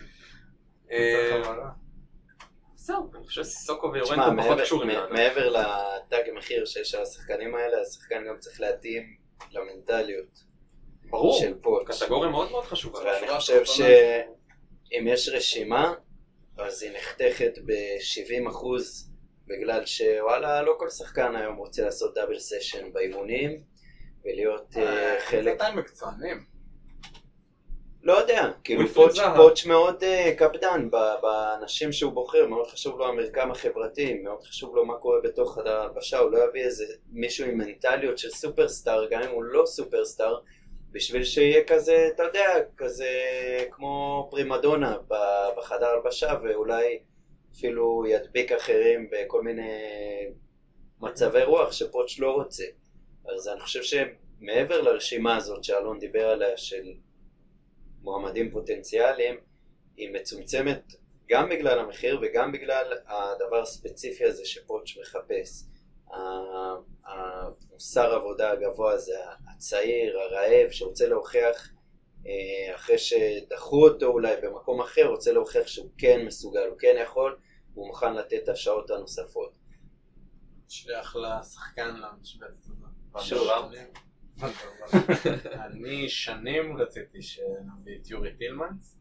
זהו, אני חושב שסיסוקו תשמע, ויורנטו פחות קשורים. מעבר לתג מחיר שיש על השחקנים האלה, השחקן גם צריך להתאים למנטליות ברור, של פוטש. קטגוריה מאוד מאוד חשובה. ואני חושב שאם יש רשימה, אז היא נחתכת ב-70% בגלל שוואלה, לא כל שחקן היום רוצה לעשות דאבל סשן באימונים ולהיות חלק... זה עדיין מקצוענים. לא יודע, כאילו ווילפריד זהה. פוטש מאוד קפדן באנשים שהוא בוחר, מאוד חשוב לו המרקם החברתי, מאוד חשוב לו מה קורה בתוך חדר ההלבשה, הוא לא יביא איזה מישהו עם מנטליות של סופרסטאר, גם אם הוא לא סופרסטאר, בשביל שיהיה כזה, אתה יודע, כזה כמו פרימדונה בחדר ההלבשה, ואולי אפילו ידביק אחרים בכל מיני מצבי רוח שפוטש לא רוצה. אז אני חושב שמעבר לרשימה הזאת שאלון דיבר עליה של מועמדים פוטנציאליים, היא מצומצמת גם בגלל המחיר וגם בגלל הדבר הספציפי הזה שפוטש מחפש. המוסר עבודה הגבוה הזה, הצעיר, הרעב, שרוצה להוכיח, אחרי שדחו אותו אולי במקום אחר, רוצה להוכיח שהוא כן מסוגל, הוא כן יכול, הוא מוכן לתת את השעות הנוספות. שליח לשחקן למשבצת הזאת. שוב. אני שנים רציתי שנביא את יורי טילמנס.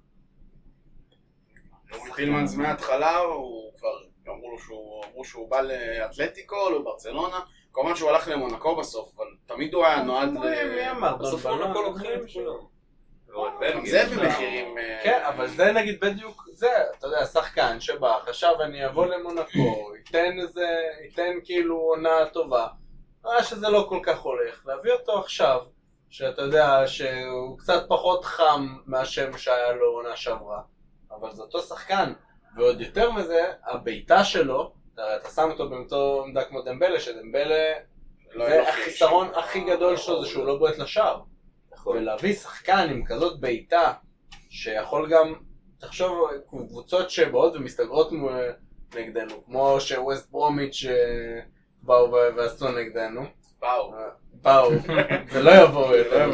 יורי טילמנס מההתחלה, הוא כבר אמרו שהוא בא לאתלטיקו, לא ברצלונה, כמובן שהוא הלך למונקו בסוף, אבל תמיד הוא היה נועד מי אמר? בסוף מונקו לוקחים את כולם. ועוד בלגיה. זה במחירים... כן, אבל זה נגיד בדיוק זה, אתה יודע, שחקן שבא, חשב אני אבוא למונקו, ייתן כאילו עונה טובה, ראה שזה לא כל כך הולך, להביא אותו עכשיו, שאתה יודע שהוא קצת פחות חם מהשם שהיה לו עונה שעברה, אבל זה אותו שחקן, ועוד יותר מזה, הביתה שלו, אתה שם אותו באותו עמדה כמו דמבלה, שדמבלה, זה החיסרון הכי גדול שלו זה שהוא לא בועט לשער. ולהביא שחקן עם כזאת ביתה, שיכול גם, תחשוב, קבוצות שבאות ומסתגרות נגדנו, כמו שווסט ברומיץ' באו ועשו נגדנו. באו, ולא יבואו יותר.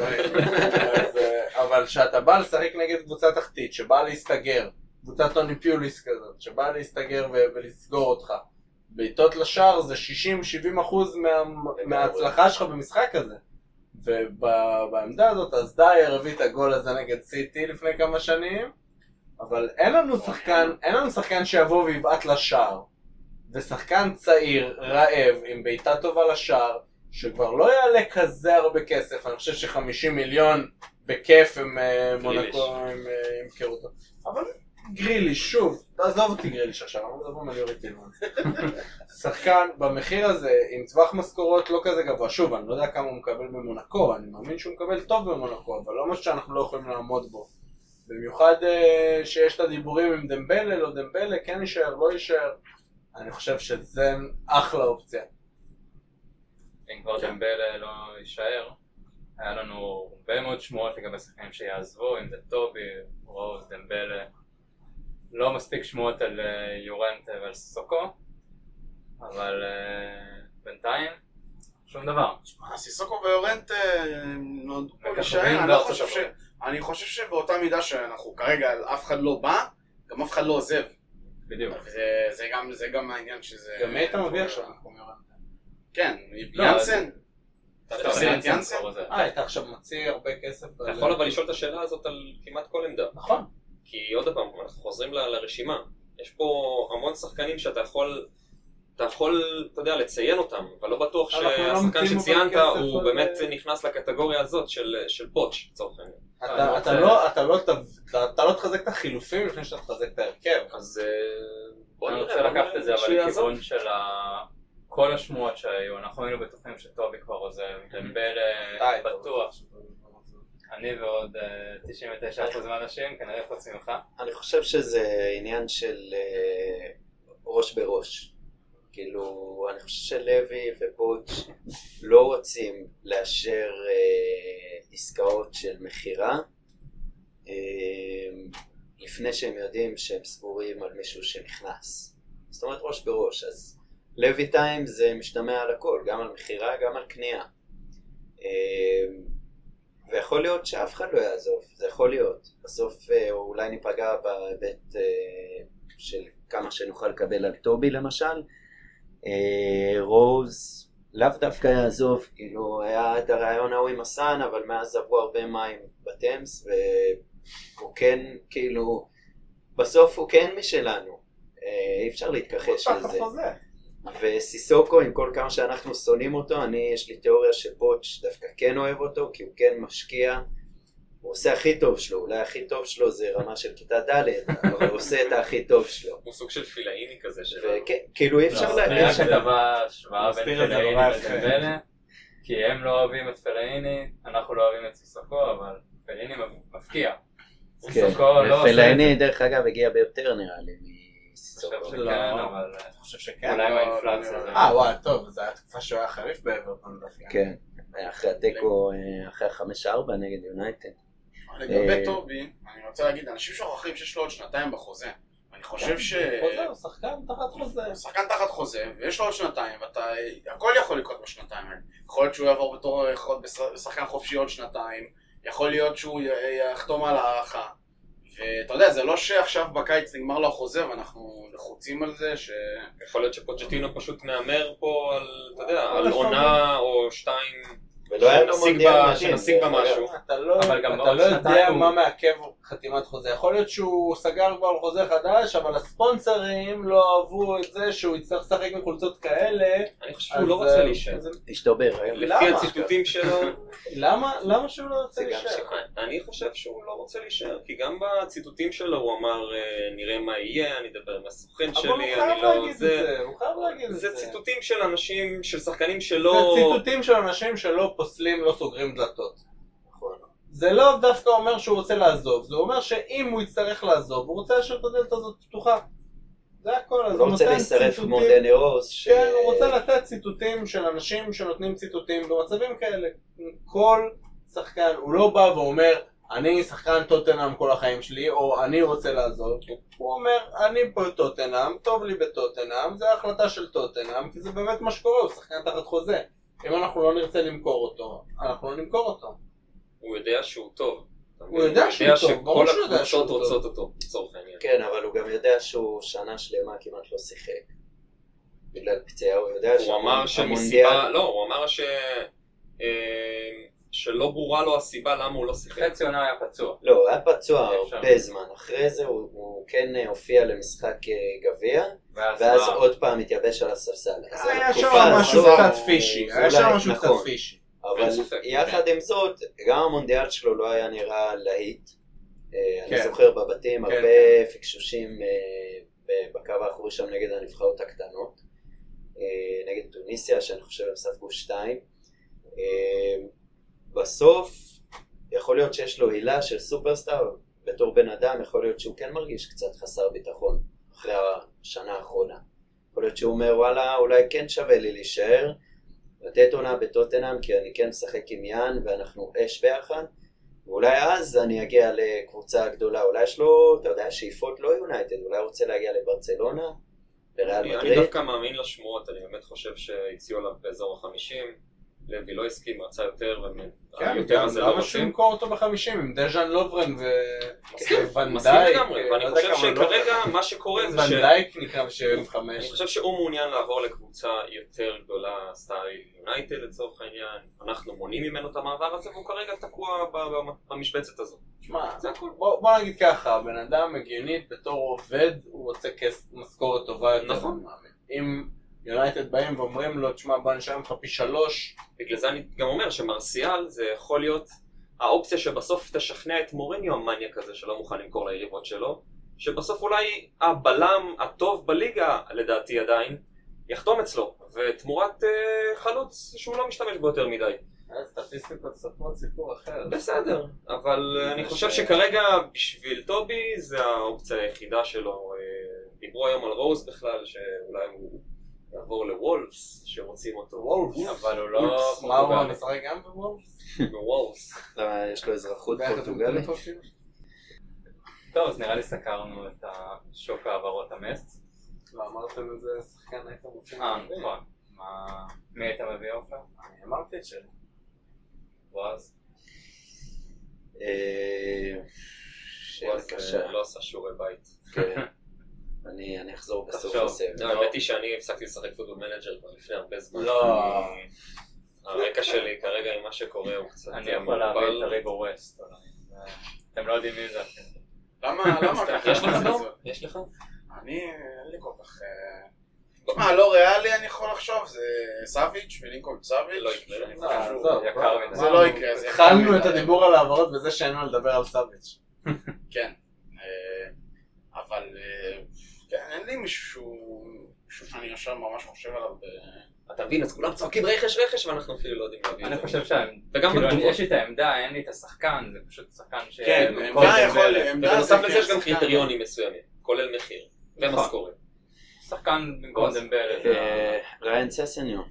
אבל שאתה בא לשחק נגד קבוצה תחתית, שבאה להסתגר, קבוצת טוני פיוליס כזאת, שבאה להסתגר ולסגור אותך, בעיטות לשער זה 60-70% מההצלחה שלך במשחק הזה. ובעמדה הזאת, אז דייר הביא את הגול הזה נגד סיטי לפני כמה שנים, אבל אין לנו שחקן שיבוא ויבעט לשער. ושחקן צעיר, רעב, עם בעיטה טובה לשער, שכבר לא יעלה כזה הרבה כסף, אני חושב ש50 מיליון בכיף עם מונקו, ימכרו אותו. אבל גריליש, שוב, תעזוב אותי גריליש עכשיו, אנחנו מדברים על יורי טילמנס. שחקן במחיר הזה, עם טווח משכורות לא כזה גבוה, שוב, אני לא יודע כמה הוא מקבל במונקו, אני מאמין שהוא מקבל טוב במונקו, אבל לא משהו שאנחנו לא יכולים לעמוד בו. במיוחד שיש את הדיבורים עם דמבלה, לא דמבלה, כן יישאר, לא יישאר. אני חושב שזה אחלה אופציה. אם כבר דמבלה לא יישאר, היה לנו הרבה מאוד שמועות לגבי שחקנים שיעזבו, אם זה טובי, רוז, דמבלה. לא מספיק שמועות על יורנטה ועל סיסוקו, אבל בינתיים שום דבר. סיסוקו ויורנטה נולדו פה להישאר, אני חושב שבאותה מידה שאנחנו כרגע אף אחד לא בא, גם אף אחד לא עוזב. בדיוק. זה גם העניין שזה... גם מי אתה מביא עכשיו? כן, יאנסן. אתה עושה את יאנסן? אתה עכשיו מציא הרבה כסף. אתה יכול אבל לשאול את השאלה הזאת על כמעט כל עמדה. נכון. כי עוד פעם, אנחנו חוזרים לרשימה. יש פה המון שחקנים שאתה יכול, אתה יודע, לציין אותם, אבל לא בטוח שהשחקן שציינת הוא באמת נכנס לקטגוריה הזאת של פוטש, לצורך העניין. אתה לא תחזק את החילופים לפני שאתה תחזק את ההרכב. אז בוא אני נראה. רוצה לקחת את זה, אבל לכיוון של כל השמועות שהיו, אנחנו היינו בטוחים שטובי כבר עוזב, דמבלה בטוח. אני ועוד 99% מהאנשים, כנראה חוץ ממך. אני חושב שזה עניין של ראש בראש. כאילו, אני חושב שלוי ופוטש לא רוצים לאשר עסקאות של מחירה, לפני שהם יודעים שהם סגורים על מישהו שנכנס. זאת אומרת ראש בראש, אז לוי טיים זה משתמע על הכל, גם על מחירה, גם על קנייה. ויכול להיות שאף אחד לא יעזוב, זה יכול להיות. בסוף אולי ניפגע בהיבט של כמה שנוכל לקבל על טובי למשל. רוז לאו דווקא יעזוב, כאילו היה את הרעיון ההוא עם הסן, אבל מאז עברו הרבה מים בטמס, והוא כן, כאילו, בסוף הוא כן משלנו, אי אפשר להתכחש לזה. וסיסוקו, עם כל כמה שאנחנו שונאים אותו, יש לי תיאוריה שפוץ' דווקא כן אוהב אותו, כי הוא כן משקיע, הוא עושה הכי טוב שלו, אולי הכי טוב שלו זה רמה של כיתה ד', אבל הוא עושה את הכי טוב שלו. הוא סוג של פילאיני כזה שלו. כאילו אי אפשר להגיד זה השוואה בין פלאיני לדמבלה, כי הם לא אוהבים את פלאיני, אנחנו לא אוהבים את סיסוקו, אבל פלאיני מפקיע. סיסוקו לא עושה... פלאיני דרך אגב הגיע ביותר נראה לי מסיסוקו. אני חושב שכן, אבל... אני חושב שכן. אולי מהאינפלציה זה... וואי, טוב, זו התקופה שהוא היה חריף באברטון דווקא. כן, אחרי התיקו, אחרי 5-4 נגד יונייטד. לגבי טובי, אני רוצה להגיד, אנשים שוכחים שיש לו עוד 2 בחוזה. אני חושב ש... חוזה, הוא שחקן תחת חוזה. הוא שחקן תחת חוזה, ויש לו עוד 2, הכל יכול לקרות ב2 האלה. יכול להיות שהוא יעבור בתור שחקן חופשי עוד 2, יכול להיות שהוא יחתום על הארכה. ואתה יודע, זה לא שעכשיו בקיץ נגמר לו החוזה ואנחנו לחוצים על זה ש... יכול להיות שפוצ'טינו פשוט מהמר פה על, אתה יודע, על עונה או 2 ולא היה לו מונדיאל שנשיג בה משהו. אתה לא יודע מה מעכב חתימת חוזה. יכול להיות שהוא סגר כבר על חוזה חדש, אבל הספונסרים לא אהבו את זה שהוא יצטרך לשחק עם חולצות כאלה. אני חושב שהוא לא רוצה להישאר. השתובר. לפי הציטוטים שלו... למה שהוא לא רוצה להישאר? אני חושב שהוא לא רוצה להישאר, כי גם בציטוטים שלו הוא אמר נראה מה יהיה, אני אדבר עם הסוכן שלי, אני לא... אבל הוא חייב להגיד את זה, הוא חייב להגיד את זה. זה ציטוטים של אנשים, של שחקנים שלא... זה ציטוטים של אנשים שלא פוסלים, לא סוגרים דלתות. זה לא דווקא אומר שהוא רוצה לעזוב, זה אומר שאם הוא יצטרך לעזוב, הוא רוצה להשאיר את הדלת הזאת פתוחה. זה הכל, אז הוא לא רוצה להצטרף כמו דני רוז. כן, הוא רוצה לתת ציטוטים של אנשים שנותנים ציטוטים במצבים כאלה. כל שחקן, הוא לא בא ואומר, אני שחקן טוטנהאם כל החיים שלי, או אני רוצה לעזוב. הוא אומר, אני פה טוטנהאם, טוב לי בטוטנהאם, זה ההחלטה של טוטנהאם, כי זה באמת מה שקורה, הוא שחקן תחת חוזה. אם אנחנו לא נרצה למכור אותו, אנחנו לא נמכור אותו. הוא יודע שהוא טוב. הוא יודע שהוא טוב, ברור שהוא יודע שהוא שכל הקבוצות רוצות אותו, לצורך העניין. כן, אבל הוא גם יודע שהוא שנה שלמה כמעט לא שיחק. בגלל פציעה, הוא יודע הוא אמר שמסיבה, לא, הוא אמר שלא ברורה לו הסיבה למה הוא לא שיחק. חצי עונה היה פצוע. לא, הוא היה פצוע הרבה זמן. אחרי זה הוא כן הופיע למשחק גביע, ואז עוד פעם התייבש על הספסל. היה שם משהו קצת פישי, היה שם משהו קצת פישי. אבל יחד עם זאת, גם המונדיאל שלו לא היה נראה להיט. אני זוכר בבתים הרבה פיקשושים בקו האחורי שם נגד הנבחרות הקטנות. נגד טוניסיה, שאני חושב הם ספגו 2. בסוף, יכול להיות שיש לו הילה של סופרסטאר, בתור בן אדם, יכול להיות שהוא כן מרגיש קצת חסר ביטחון אחרי השנה האחרונה. יכול להיות שהוא אומר, וואלה, אולי כן שווה לי להישאר, לתת עונה בטוטנהאם, כי אני כן משחק עם יאן, ואנחנו אש ביחד, ואולי אז אני אגיע לקבוצה גדולה, אולי יש לו, אתה יודע, שאיפות לא יונייטד, אולי רוצה להגיע לברצלונה, לריאל מדריד. אני דווקא מאמין לשמועות, אני באמת חושב שהציעו עליו באזור ה-50, לוי לא הסכים, רצה יותר, יותר הזה לא רוצים למכור אותו ב-50 עם דז'אן לוברן וונדייק. ואני חושב שכרגע מה שקורה זה וונדייק נקרא ב-75. אני חושב שהוא מעוניין לעבור לקבוצה יותר גדולה, סטייל יונייטד לצורך העניין, אנחנו מונעים ממנו את המעבר הזה והוא כרגע תקוע במשבצת הזאת. בוא נגיד ככה, בן אדם הגיונית בתור עובד, הוא רוצה משכורת טובה יותר. נכון. אם יונייטד באים ואומרים לו, תשמע, בוא נשלם לך פי 3. בגלל זה אני גם אומר שמרסיאל זה יכול להיות האופציה שבסוף תשכנע את מוריניו המניאק הזה שלא מוכן למכור ליריבות שלו, שבסוף אולי הבלם הטוב בליגה, לדעתי עדיין, יחתום אצלו, ותמורת חלוץ שהוא לא משתמש בו יותר מדי. סטטיסטיקות ספרות סיפור אחר. בסדר, אבל אני חושב שכרגע בשביל טובי זה האופציה היחידה שלו. דיברו היום על רוז בכלל, שאולי הוא יעבור לוולפס, שרוצים אותו. וולפס? אבל הוא לא... מה הוא משחק גם בוולפס? בוולפס. יש לו אזרחות פורטוגלית. טוב, אז נראה לי סקרנו את השוק העברות המס. לא אמרתם איזה שחקן הייתם רוצים להביא? נכון. מי היית מביא אופר? אני אמרתי את שלי. בועז? שאלה קשה. לא עשה שיעורי בית. כן. אני אחזור בסוף תחשוב. הסבב. האמת היא שאני הפסקתי לשחק פוטבול מנג'ר כבר לפני הרבה זמן. לא. הרקע שלי כרגע עם מה שקורה הוא קצת אני יכול להביא את הריבו ווסט. אתם לא יודעים מי זה. למה ככה? יש לך דור? יש לך? אין לי כל כך... מה, לא ריאלי אני יכול לחשוב, זה סאביץ' מלינקולן סאביץ'. לא יקרה. שאני חושב שהוא- עזוב, יקר מדי. זה לא יקרה, זה יקר התחלנו מדי. את הדיבור על העברות בזה שאין מה לדבר על סאביץ'. כן. אבל כן, אין לי מישהו שאני ישר ממש חושב עליו אתה מבין, אז כולם צועקים רכש ואנחנו אפילו לא יודעים להביא את אני זה. חושב וגם כאילו, בתגובות. יש לי את העמדה, אין לי את השחקן, זה פשוט שחקן ש... כן, כל עמדה יכול... דמבלה. עמדה ובנוסף זה לזה יש כן גם שחקן. קריטריונים מסוימים, כולל מחיר ומשכורת. שחקן גולדנבל, ריין ססניו.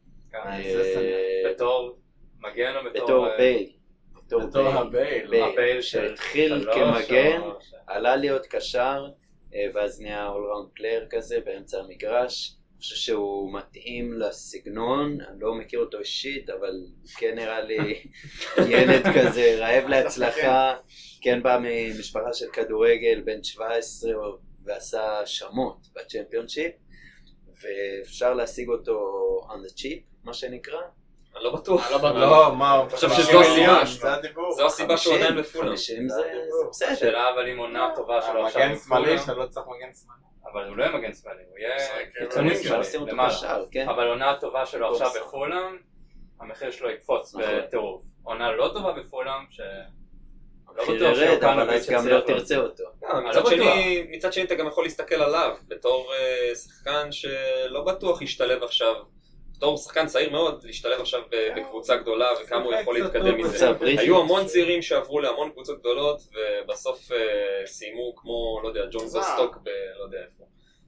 בתור מגן או בתור בייל. בתור הבייל. הבייל שהתחיל שלוש, כמגן, או- עלה להיות קשר, ואז נהיה אולראונד פלייר כזה באמצע המגרש. אני חושב שהוא מתאים לסגנון, אני לא מכיר אותו אישית, אבל כן נראה לי ילד כזה רעב להצלחה, כן בא ממשפחה של כדורגל, בן 17 ועשה שמות בצ'מפיונשיפ, ואפשר להשיג אותו on the cheap, מה שנקרא. אני לא בטוח. לא, מה, הוא חושב חושב שזו הסיבה. זה הדיבור. זו הסיבה שהוא עדיין בפולאם. 50 זה בסדר. השאלה אבל אם עונה טובה שלו עכשיו מגן שמאלי, בפולאם, שאתה לא צריך מגן שמאלי. אבל הוא לא יהיה מגן שמאלי, הוא יהיה משחק, קיצוני אפשר שמאלי, לשים אותו למעלה. בשער, כן. אבל עונה טובה שלו עכשיו בסדר. בפולאם, המחיר שלו יקפוץ נכון. בטירוף. עונה לא טובה בפולאם, לא המחיר בטוח ירד, אבל שיוקנוביץ' אז גם יצליח לא לו. תרצה אותו. מצד שני אתה גם יכול להסתכל עליו בתור שחקן שלא בטוח ישתלב עכשיו, בתור שחקן צעיר מאוד, להשתלב עכשיו בקבוצה גדולה וכמה הוא יכול להתקדם מזה. קבוצה בריטית. היו המון צעירים שעברו להמון קבוצות גדולות ובסוף סיימו כמו, לא יודע, ג'ון זוסטוק לא יודע איפה.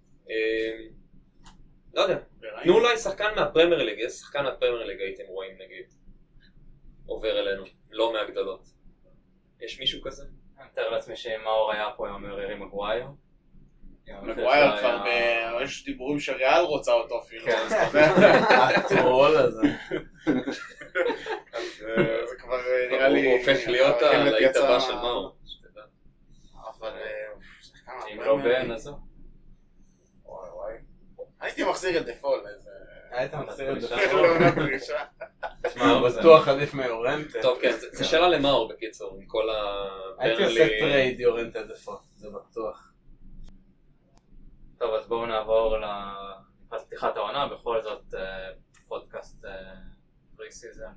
לא יודע, תנו אולי שחקן מהפרמייר ליג, איזה שחקן מהפרמייר ליג הייתם רואים נגיד עובר אלינו, לא מהגדולות. יש מישהו כזה? אני מתאר לעצמי שאם מאור היה פה, עם הרי מגווייר. מגווייר כבר, יש דיבורים שריאל רוצה אותו אפילו. כן. אז אתה יודע, הטרול הזה. אז זה כבר נראה לי... הוא הופך להיות הרכבת הלהיט יצאה- הבא של מאור. אבל... שחקן אם הפרמייר לא ליג. בן, אז הוא. וואי. הייתי מחזיר את דפול איזה... היית מחזיר את זה. לעונת פרישה. בטוח עדיף מיורנטה. טוב כן, זה שאלה למאור בקיצור, עם כל הייתי עושה טרייד יורנטה דפו, זה בטוח. טוב, אז בואו נעבור לקראת פתיחת העונה, בכל זאת פודקאסט פרי סיזן.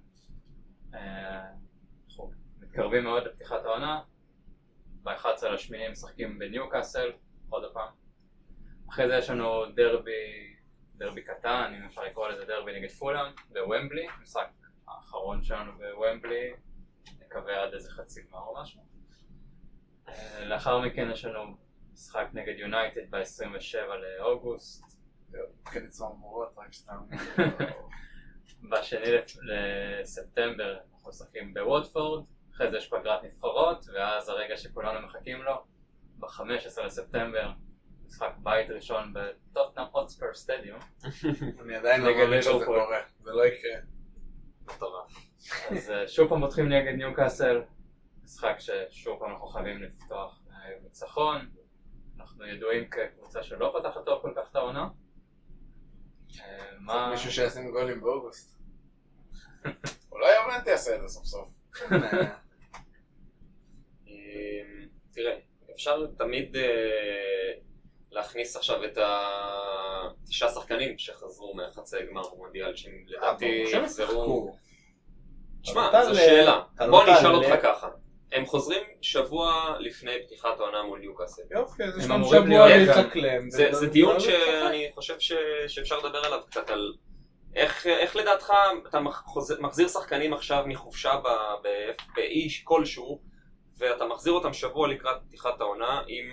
אנחנו מתקרבים מאוד לפתיחת העונה. ב-11/8 משחקים בניוקאסל, עוד הפעם. אחרי זה יש לנו דרבי קטן, אם אפשר לקרוא לזה דרבי נגד פולאם, בוומבלי, משחק האחרון שלנו בוומבלי, נקווה עד איזה חצי גמר או משהו. לאחר מכן יש לנו משחק נגד יונייטד ב-27 לאוגוסט. כן, צמרמורות, רק סתם. בשני לספטמבר אנחנו משחקים בווטפורד, אחרי זה יש פגרת נבחרות, ואז הרגע שכולנו מחכים לו, ב-15 לספטמבר, משחק בית ראשון בטוטנהאם הוטספר סטדיום. אני עדיין לא נגד מאמין שזה ליברפול. קורה, זה לא יקרה. מטורף. אז שוב פעם פותחים נגד ניוקאסל, משחק ששוב פעם אנחנו חייבים לפתוח ניצחון. אנחנו ידועים כקבוצה שלא פתחת טוב כל כך את העונה. מה... מישהו שישים גולים באוגוסט. אולי יורנטה יעשה את זה סוף סוף. תראה, אפשר תמיד להכניס עכשיו את 9 שחקנים שחזרו מהחצי גמר במונדיאל, שהם לדעתי יחזרו. תשמע, זו שאלה. בוא נשאל אותך ככה. הם חוזרים שבוע לפני פתיחת העונה מול ניוקאסל. יופי, אז יש הם לנו אמורים שבוע להיות גם- להתאקלם. זה דיון שאני חושב שאפשר לדבר עליו קצת על איך לדעתך אתה מחזיר שחקנים עכשיו מחופשה באי כלשהו ואתה מחזיר אותם שבוע לקראת פתיחת העונה עם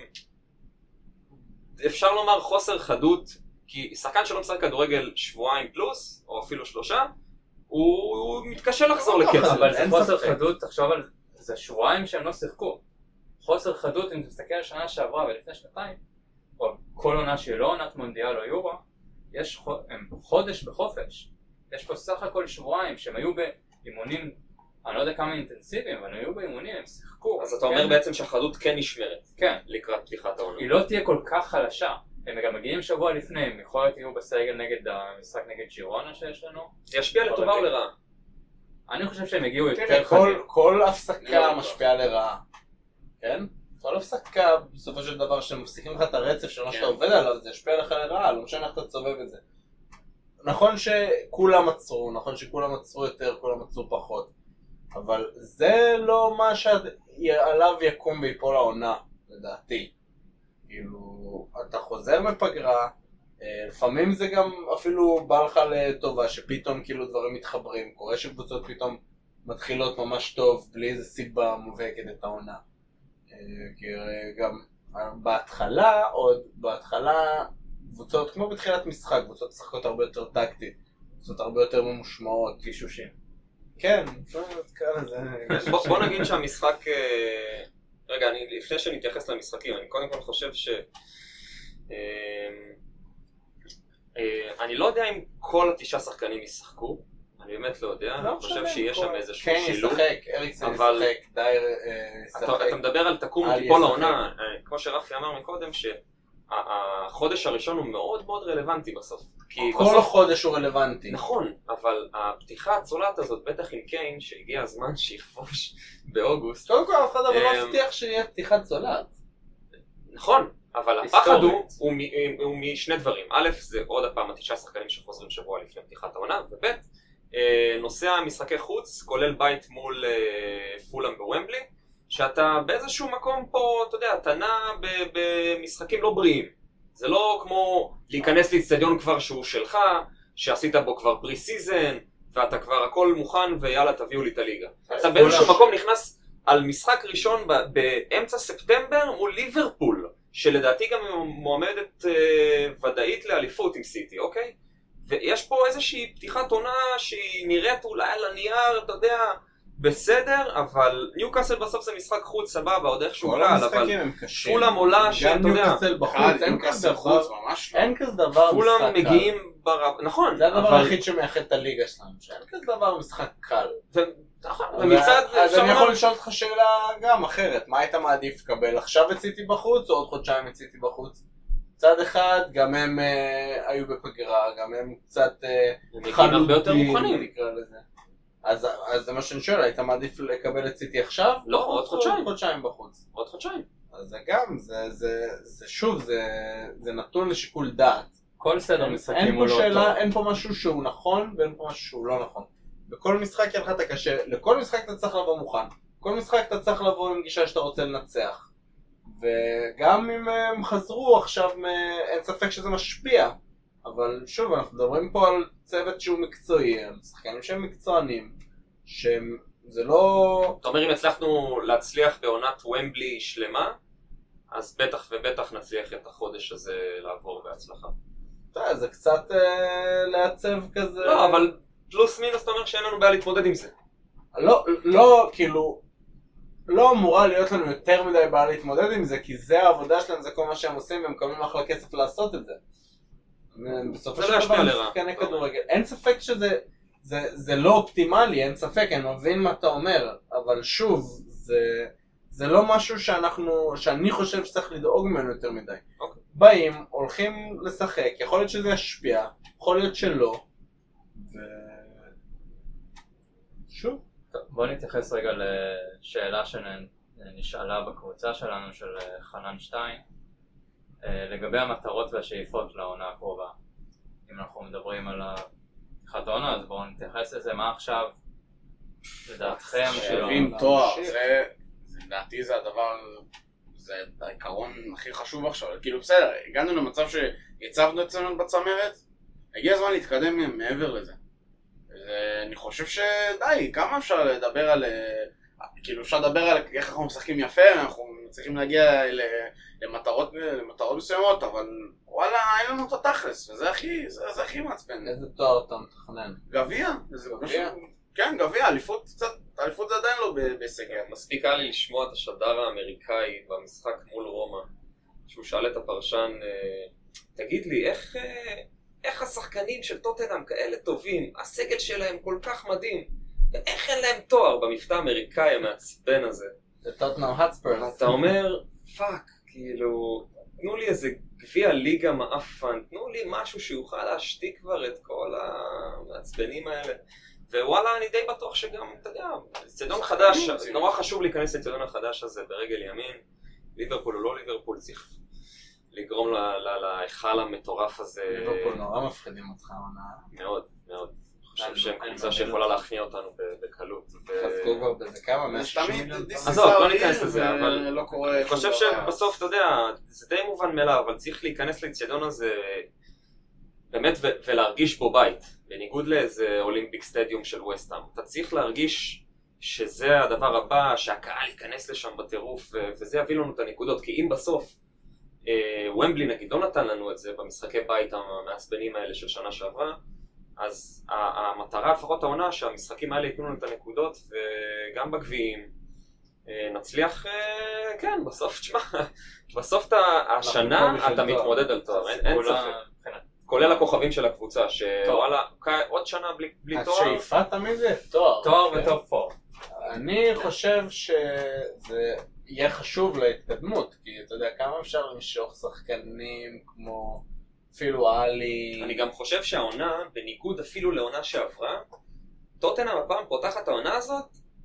אפשר לומר חוסר חדות, כי שחקן שלא משחק כדורגל שבועיים פלוס או אפילו 3 הוא מתקשה לחזור לקצב. אבל זה אין חוסר ספק. חדות, תחשוב על זה שבועיים שהם לא שיחקו. חוסר חדות, אם אתה מסתכל על שנה שעברה ולפני שנתיים, או כל עונה שהיא לא עונת מונדיאל או יורו, הם חודש בחופש. יש פה סך הכל שבועיים שהם היו באימונים אני לא יודע כמה אינטנסיביים, אבל הם היו באימונים, הם שיחקו. אז אתה אומר בעצם שהחדות כן נשמרת. כן. לקראת פתיחת העונה. היא לא תהיה כל כך חלשה. הם גם מגיעים שבוע לפני, הם יכול להיות יהיו בסגל נגד המשחק נגד ג'ירונה שיש לנו. זה ישפיע לטובה או לרעה? אני חושב שהם הגיעו יותר תראה, חדים. כל הפסקה משפיעה לרעה. כן? כל הפסקה, בסופו של דבר, שאתם מפסיקים לך את הרצף של מה שאתה עובד עליו, זה ישפיע לך לרעה, לא משנה איך אתה צובב את זה. נכון שכולם עצרו, נכון שכולם עצרו יותר, כולם עצרו פחות, אבל זה לא מה שעליו יקום ויפול העונה, לדעתי. כאילו, אתה חוזר מפגרה, לפעמים זה גם אפילו בא לך לטובה, שפתאום כאילו דברים מתחברים, קורה שקבוצות פתאום מתחילות ממש טוב, בלי איזה סיבה מובהקת את העונה. כי גם בהתחלה קבוצות, כמו בתחילת משחק, קבוצות משחקות הרבה יותר טקטית, קבוצות הרבה יותר ממושמעות, קישושים. כן, בוא נגיד שהמשחק, רגע, לפני שנתייחס למשחקים, אני קודם כל חושב אני לא יודע אם כל 9 שחקנים ישחקו, אני באמת לא יודע, אני חושב שיש שם איזשהו שילוב. כן, ישחק, אריקסן ישחק, דייר ישחק. אתה מדבר על תקום ותיפול העונה, כמו שרפי אמר מקודם, שהחודש הראשון הוא מאוד מאוד רלוונטי בסוף. כל החודש הוא רלוונטי. נכון, אבל הפתיחה הצולעת הזאת, בטח עם קיין, שהגיע הזמן שיכבוש באוגוסט. קודם כל, אף אחד אבל לא הבטיח שיהיה פתיחת צולעת. נכון, אבל הפחד הוא משני דברים. א', זה עוד הפעם 9 שחקנים שחוזרים שבוע לפני פתיחת העונה, וב', נושא המשחקי חוץ, כולל בית מול פולאם בוומבלי, שאתה באיזשהו מקום פה, אתה יודע, אתה נע במשחקים לא בריאים. זה לא כמו להיכנס לאצטדיון כבר שהוא שלך, שעשית בו כבר פרי סיזן, ואתה כבר הכל מוכן ויאללה תביאו לי את הליגה. אתה באיזשהו מקום נכנס על משחק ראשון באמצע ספטמבר מול ליברפול, שלדעתי גם מועמדת ודאית לאליפות עם סיטי, אוקיי? ויש פה איזושהי פתיחת עונה שהיא נראית אולי על הנייר, אתה יודע, בסדר, אבל ניוקאסל בסוף זה משחק חוץ סבבה, עוד איכשהו קל, אבל פולאם עולה שאתה יודע, ניוקאסל בחוץ, אין כזה דבר פולאם מגיעים נכון, זה הדבר היחיד שמייחד את הליגה שלנו, שאין כזה דבר משחק קל. ומצד, אז אני יכול לשאול אותך שאלה גם אחרת, מה היית מעדיף לקבל, עכשיו את סיטי בחוץ או עוד חודשיים את סיטי בחוץ? צד אחד, גם הם היו בפגרה, גם הם קצת חלודים, נקרא לזה. אז זה מה שאני שואל, היית מעדיף לקבל את סיטי עכשיו? לא, עוד חודשיים. עוד חודשיים בחוץ. עוד חודשיים. אז זה גם, זה שוב, זה נתון לשיקול דעת. כל סדר משחקים הוא לא טוב. אין פה משהו שהוא נכון ואין פה משהו שהוא לא נכון. בכל משחק יהיה לך את הקשה, לכל משחק אתה צריך לבוא מוכן. בכל משחק אתה צריך לבוא עם גישה שאתה רוצה לנצח. וגם אם הם חזרו עכשיו, אין ספק שזה משפיע. אבל שוב, אנחנו מדברים פה על צוות שהוא מקצועי, על שחקנים שהם מקצוענים, שזה לא... אתה אומר אם הצלחנו להצליח בעונת ומבלי שלמה, אז בטח ובטח נצליח את החודש הזה לעבור בהצלחה. זה קצת לעצב כזה... לא, אבל פלוס מינוס אתה אומר שאין לנו בעיה להתמודד עם זה. לא, כאילו... לא אמורה להיות לנו יותר מדי בעיה להתמודד עם זה, כי זה העבודה שלהם, זה כל מה שהם עושים, והם מקבלים אחלה כסף לעשות את זה. בסופו של דבר שחקני כדורגל, אין ספק שזה לא אופטימלי, אין ספק, אני מבין מה אתה אומר, אבל שוב, זה לא משהו שאני חושב שצריך לדאוג ממנו יותר מדי. באים, הולכים לשחק, יכול להיות שזה ישפיע, יכול להיות שלא, שוב. בוא נתייחס רגע לשאלה שנשאלה בקבוצה שלנו של חנן שטיין לגבי המטרות והשאיפות לעונה הקרובה. אם אנחנו מדברים על פתיחת העונה, אז בואו נתייחס לזה. מה עכשיו לדעתכם? להבין תואר, לדעתי זה הדבר, זה העיקרון הכי חשוב עכשיו. כאילו בסדר, הגענו למצב שיצבנו אצלנו בצמרת, הגיע הזמן להתקדם מעבר לזה. אני חושב שדי, כמה אפשר לדבר על, כאילו אפשר לדבר על איך אנחנו משחקים יפה, אנחנו צריכים להגיע למטרות מסוימות, אבל וואלה, אין לנו את התכלס, וזה הכי מעצבן. איזה תואר אתה מתכנן? גביע. כן, גביע, אליפות זה עדיין לא בהישג. מספיק היה לי לשמוע את השדר האמריקאי במשחק מול רומא, שהוא שאל את הפרשן, תגיד לי, איך השחקנים של טוטנהאם כאלה טובים, הסגל שלהם כל כך מדהים, איך אין להם תואר במבטא האמריקאי המעצבן הזה? זה טוטנהאם האטספרס. אתה אומר, פאק, כאילו, תנו לי איזה גביע ליגה מאפן, תנו לי משהו שיוכל להשתיק כבר את כל המעצבנים האלה. ווואלה, אני די בטוח שגם, אתה יודע, אצטדיון חדש, נורא חשוב להיכנס לאצטדיון החדש הזה ברגל ימין. ליברפול או לא ליברפול, צריך לגרום להיכל המטורף הזה. ליברפול נורא מפחידים אותך, מאוד, מאוד. אני חושב שהם קבוצה שיכולה להכניע אותנו בקלות. חזקו כבר בזה כמה, 160 מיליון. עזוב, לא ניכנס לזה, אבל אני חושב שום דבר. שבסוף, אתה יודע, זה די מובן מאליו, אבל צריך להיכנס לאצטדיון הזה באמת ולהרגיש בו בית, בניגוד לאיזה אולימפיק סטדיום של ווסטהאם. אתה צריך להרגיש שזה הדבר הבא, שהקהל ייכנס לשם בטירוף, וזה יביא לנו את הנקודות, כי אם בסוף ומבלי נגיד לא נתן לנו את זה במשחקי בית המעצבנים האלה של שנה שעברה, אז המטרה לפחות העונה שהמשחקים האלה ייתנו לנו את הנקודות, וגם בגביעים נצליח, כן, בסוף, תשמע, בסוף השנה אתה מתמודד על תואר, אין ספק. כולל הכוכבים של הקבוצה, שוואלה, עוד שנה בלי תואר. השאיפה תמיד זה תואר. תואר וטופ 4. אני חושב שזה יהיה חשוב להתקדמות, כי אתה יודע כמה אפשר למשוך שחקנים כמו אפילו עלי. אני גם חושב שהעונה, בניגוד אפילו לעונה שעברה, טוטנהאם הפעם פותחת העונה הזאת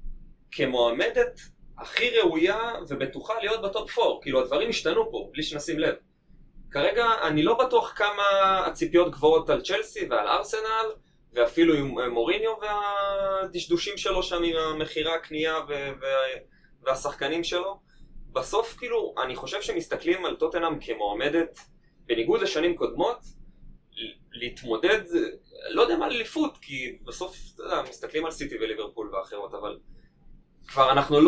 כמועמדת הכי ראויה ובטוחה להיות בטופ 4. כאילו הדברים השתנו פה, בלי שנשים לב. כרגע אני לא בטוח כמה הציפיות גבוהות על צ'לסי ועל ארסנל, ואפילו עם מוריניו והדשדושים שלו שם עם המחירה, הקנייה והשחקנים שלו. בסוף כאילו אני חושב שמסתכלים על טוטנהאם כמועמדת, בניגוד לשנים קודמות, להתמודד, לא יודע מה אליפות, כי בסוף אתה יודע, מסתכלים על סיטי וליברפול ואחרות, אבל כבר אנחנו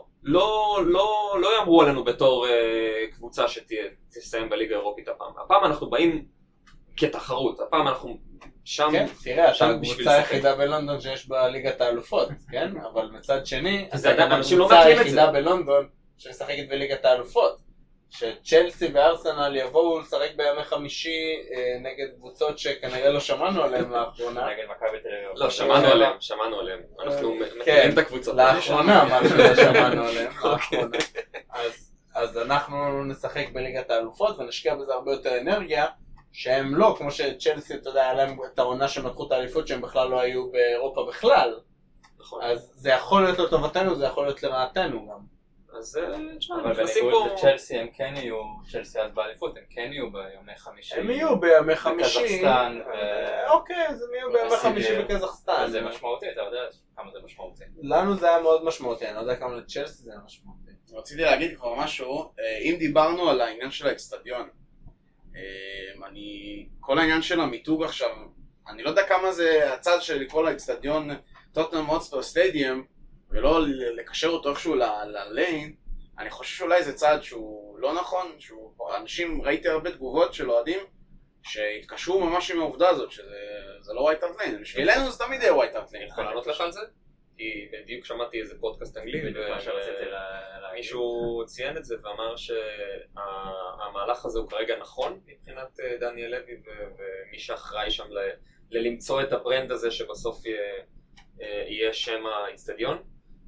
לא יאמרו עלינו בתור קבוצה שתסיים בליגה האירופית הפעם. הפעם אנחנו באים כתחרות, הפעם אנחנו שם. כן, תראה, אתה הקבוצה היחידה בלונדון שיש בה ליגת האלופות, כן? אבל מצד שני, אתה גם הקבוצה היחידה בלונדון שמשחקת בליגת האלופות. שצ'לסי וארסנל יבואו לשחק בימי חמישי נגד קבוצות שכנראה לא שמענו עליהן לאחרונה. נגד מכבי תל אביב. לא, שמענו עליהן. אנחנו מכירים את הקבוצות. לאחרונה, מה שלא שמענו עליהן, לאחרונה. אז אנחנו נשחק בליגת האלופות ונשקיע בזה הרבה יותר אנרגיה, שהם לא, כמו שצ'לסי, אתה יודע, היה להם את העונה שהם לקחו את האליפות שהם בכלל לא היו באירופה בכלל. אז זה יכול להיות לטובתנו, זה יכול להיות לרעתנו גם. אז תשמע, אבל נכנסים פה... בניגוד לצ'לסי הם כן יהיו, צ'לסי אז באליפות, הם כן יהיו ביומי חמישי. הם יהיו בימי חמישי. בקזחסטן. אוקיי, אז הם יהיו בימי חמישי בקזחסטן. זה משמעותי, אתה יודע כמה זה משמעותי. לנו זה היה מאוד משמעותי, אני לא יודע כמה לצ'לסי זה היה משמעותי. רציתי להגיד כבר משהו, אם דיברנו על העניין של האצטדיון, כל העניין של המיתוג עכשיו, אני לא יודע כמה זה הצד של לקרוא לאצטדיון טוטנהאם הוטספר סטדיום, ולא לקשר אותו איכשהו לליין. אני חושב שאולי זה צעד שהוא לא נכון, אנשים, ראיתי הרבה תגובות של אוהדים שהתקשרו ממש עם העובדה הזאת, שזה לא ווייט הארט ליין, בשבילנו זה תמיד יהיה ווייט הארט ליין. אני יכול לענות לך על זה? כי בדיוק שמעתי איזה פודקאסט אנגלי, ומישהו ציין את זה ואמר שהמהלך הזה הוא כרגע נכון מבחינת דניאל לוי, ומי שאחראי שם ללמצוא את הברנד הזה שבסוף יהיה שם האצטדיון.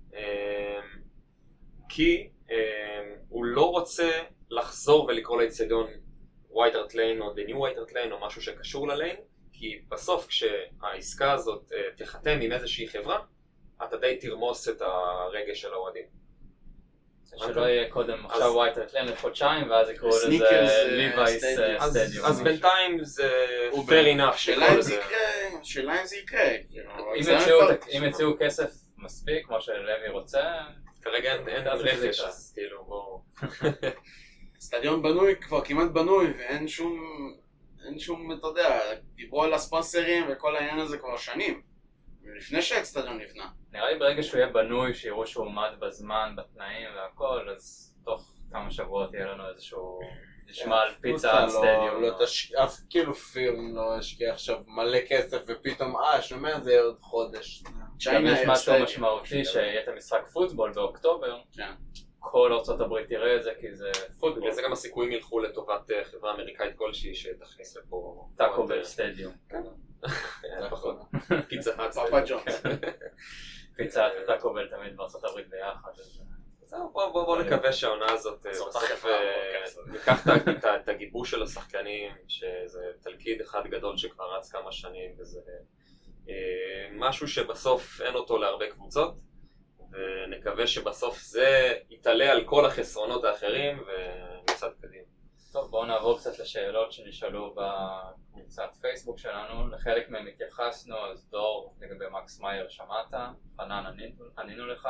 כי הוא לא רוצה לחזור ולקרוא לאצטדיון ווייט הארט ליין או The New White Hart Lane או משהו שקשור לליין, כי בסוף כשהעסקה הזאת תחתם עם איזושהי חברה, אתה די תרמוס את הרגש של האוהדים. שלא יהיה קודם עכשיו ווייט הארט ליין לחודשיים ואז יקראו לזה ליווייס סטדיום. אז בינתיים זה fair enough. שאלה אם זה יקרה. אם יציעו כסף מספיק כמו שלוי רוצה, כרגע אין רכש, אז כאילו בואו... סטדיון בנוי, כבר כמעט בנוי, ואין שום, אתה יודע, דיברו על הספונסרים וכל העניין הזה כבר שנים, לפני שהאצטדיון נבנה. נראה לי ברגע שהוא יהיה בנוי, שיראו שהוא עומד בזמן, בתנאים והכל, אז תוך כמה שבועות יהיה לנו איזשהו נשמע על פיצה סטדיום. אף כאילו פירם לא השקיע עכשיו מלא כסף ופתאום שומע זה עוד חודש. גם יש משהו משמעותי שיהיה את המשחק פוטבול באוקטובר. כל ארצות הברית תראה את זה כי זה פוטבול. וזה גם הסיכויים ילכו לטובת חברה אמריקאית כלשהי שתכניס לפה טאקו בל סטדיום. פיצה האט פאפה ג'ונס. פיצה אתה קובל תמיד בארצות הברית ביחד. זהו, בוא נקווה שהעונה הזאת בסוף ניקח את הגיבוש של השחקנים, שזה תלכיד אחד גדול שכבר רץ כמה שנים, וזה משהו שבסוף אין אותו להרבה קבוצות, ונקווה שבסוף זה יתעלה על כל החסרונות האחרים ונצעד קדימה. טוב, בואו נעבור קצת לשאלות שנשאלו בקבוצת פייסבוק שלנו. לחלק מהם התייחסנו, אז דור לגבי מקס מאייר שמעת, חנן ענינו לך,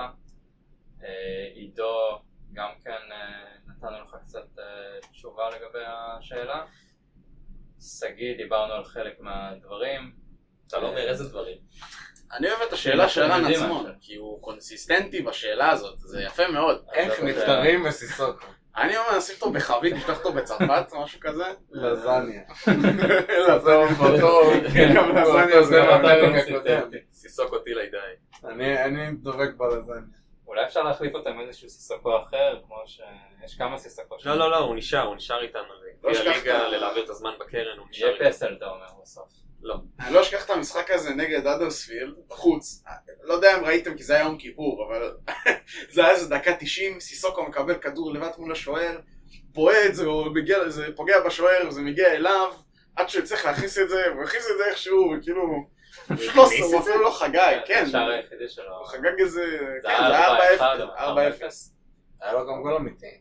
עידו גם כן נתנו לך קצת תשובה לגבי השאלה, סגי דיברנו על חלק מהדברים. אתה לא אומר איזה דברים. אני אוהב את השאלה של רן עצמו, כי הוא קונסיסטנטי בשאלה הזאת, זה יפה מאוד. איך נפטרים מסיסוקו? אני אומר, נשים אותו בחבית, נשלח אותו בצרפת, משהו כזה. לזניה. גם לזניה זה בפרק הקודם. סיסוק אותי לידיים. אני דובק בלזניה. אולי אפשר להחליף אותם איזשהו סיסוקו אחר, כמו שיש כמה סיסוקות. לא, הוא נשאר איתנו. גביע ליגה, להעביר את הזמן בקרן, הוא נשאר יהיה פסל, אתה אומר, בסוף. לא. אני לא אשכח את המשחק הזה נגד אדרספילד, בחוץ. לא יודע אם ראיתם כי זה היה יום כיפור, אבל זה היה איזה דקה 90, סיסוקו מקבל כדור לבד מול השוער, פועד, זה פוגע בשוער, זה מגיע אליו, עד שהוא צריך להכניס את זה, הוא הכניס את זה איכשהו, וכאילו, הוא אפילו לא חגג, כן. השער היחידי שלו. הוא חגג איזה, זה כן, זה היה 4-1. 4-0. היה לו גם גול אמיתי.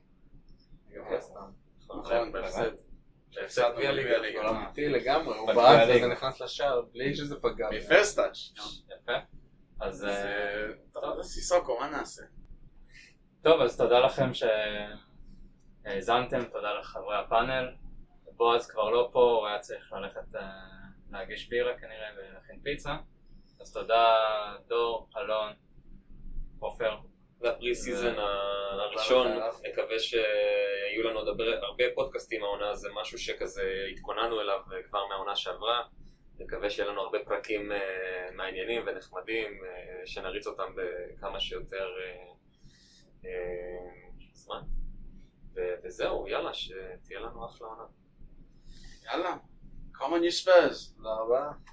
נכון, בהפסד. בהפסד גביע ליגה. גול אמיתי לגמרי, הוא בעט וזה נכנס לשער בלי שזה פגע. מפרסט טאץ'. יפה. אז זה סיסוקו, מה נעשה? טוב, אז תודה לכם שהאזנתם, תודה לחברי הפאנל. בועז כבר לא פה, הוא היה צריך ללכת להגיש בירה כנראה ולהכין פיצה. אז תודה דור, אלון, עופר. זה הפרי סיזן הראשון, נקווה שיהיו לנו הרבה פודקאסטים העונה, זה משהו שכזה התכוננו אליו כבר מהעונה שעברה, נקווה שיהיה לנו הרבה פרקים מעניינים ונחמדים, שנריץ אותם בכמה שיותר זמן, וזהו, יאללה, שתהיה לנו אחלה עונה. יאללה, come on you Spurs. תודה רבה.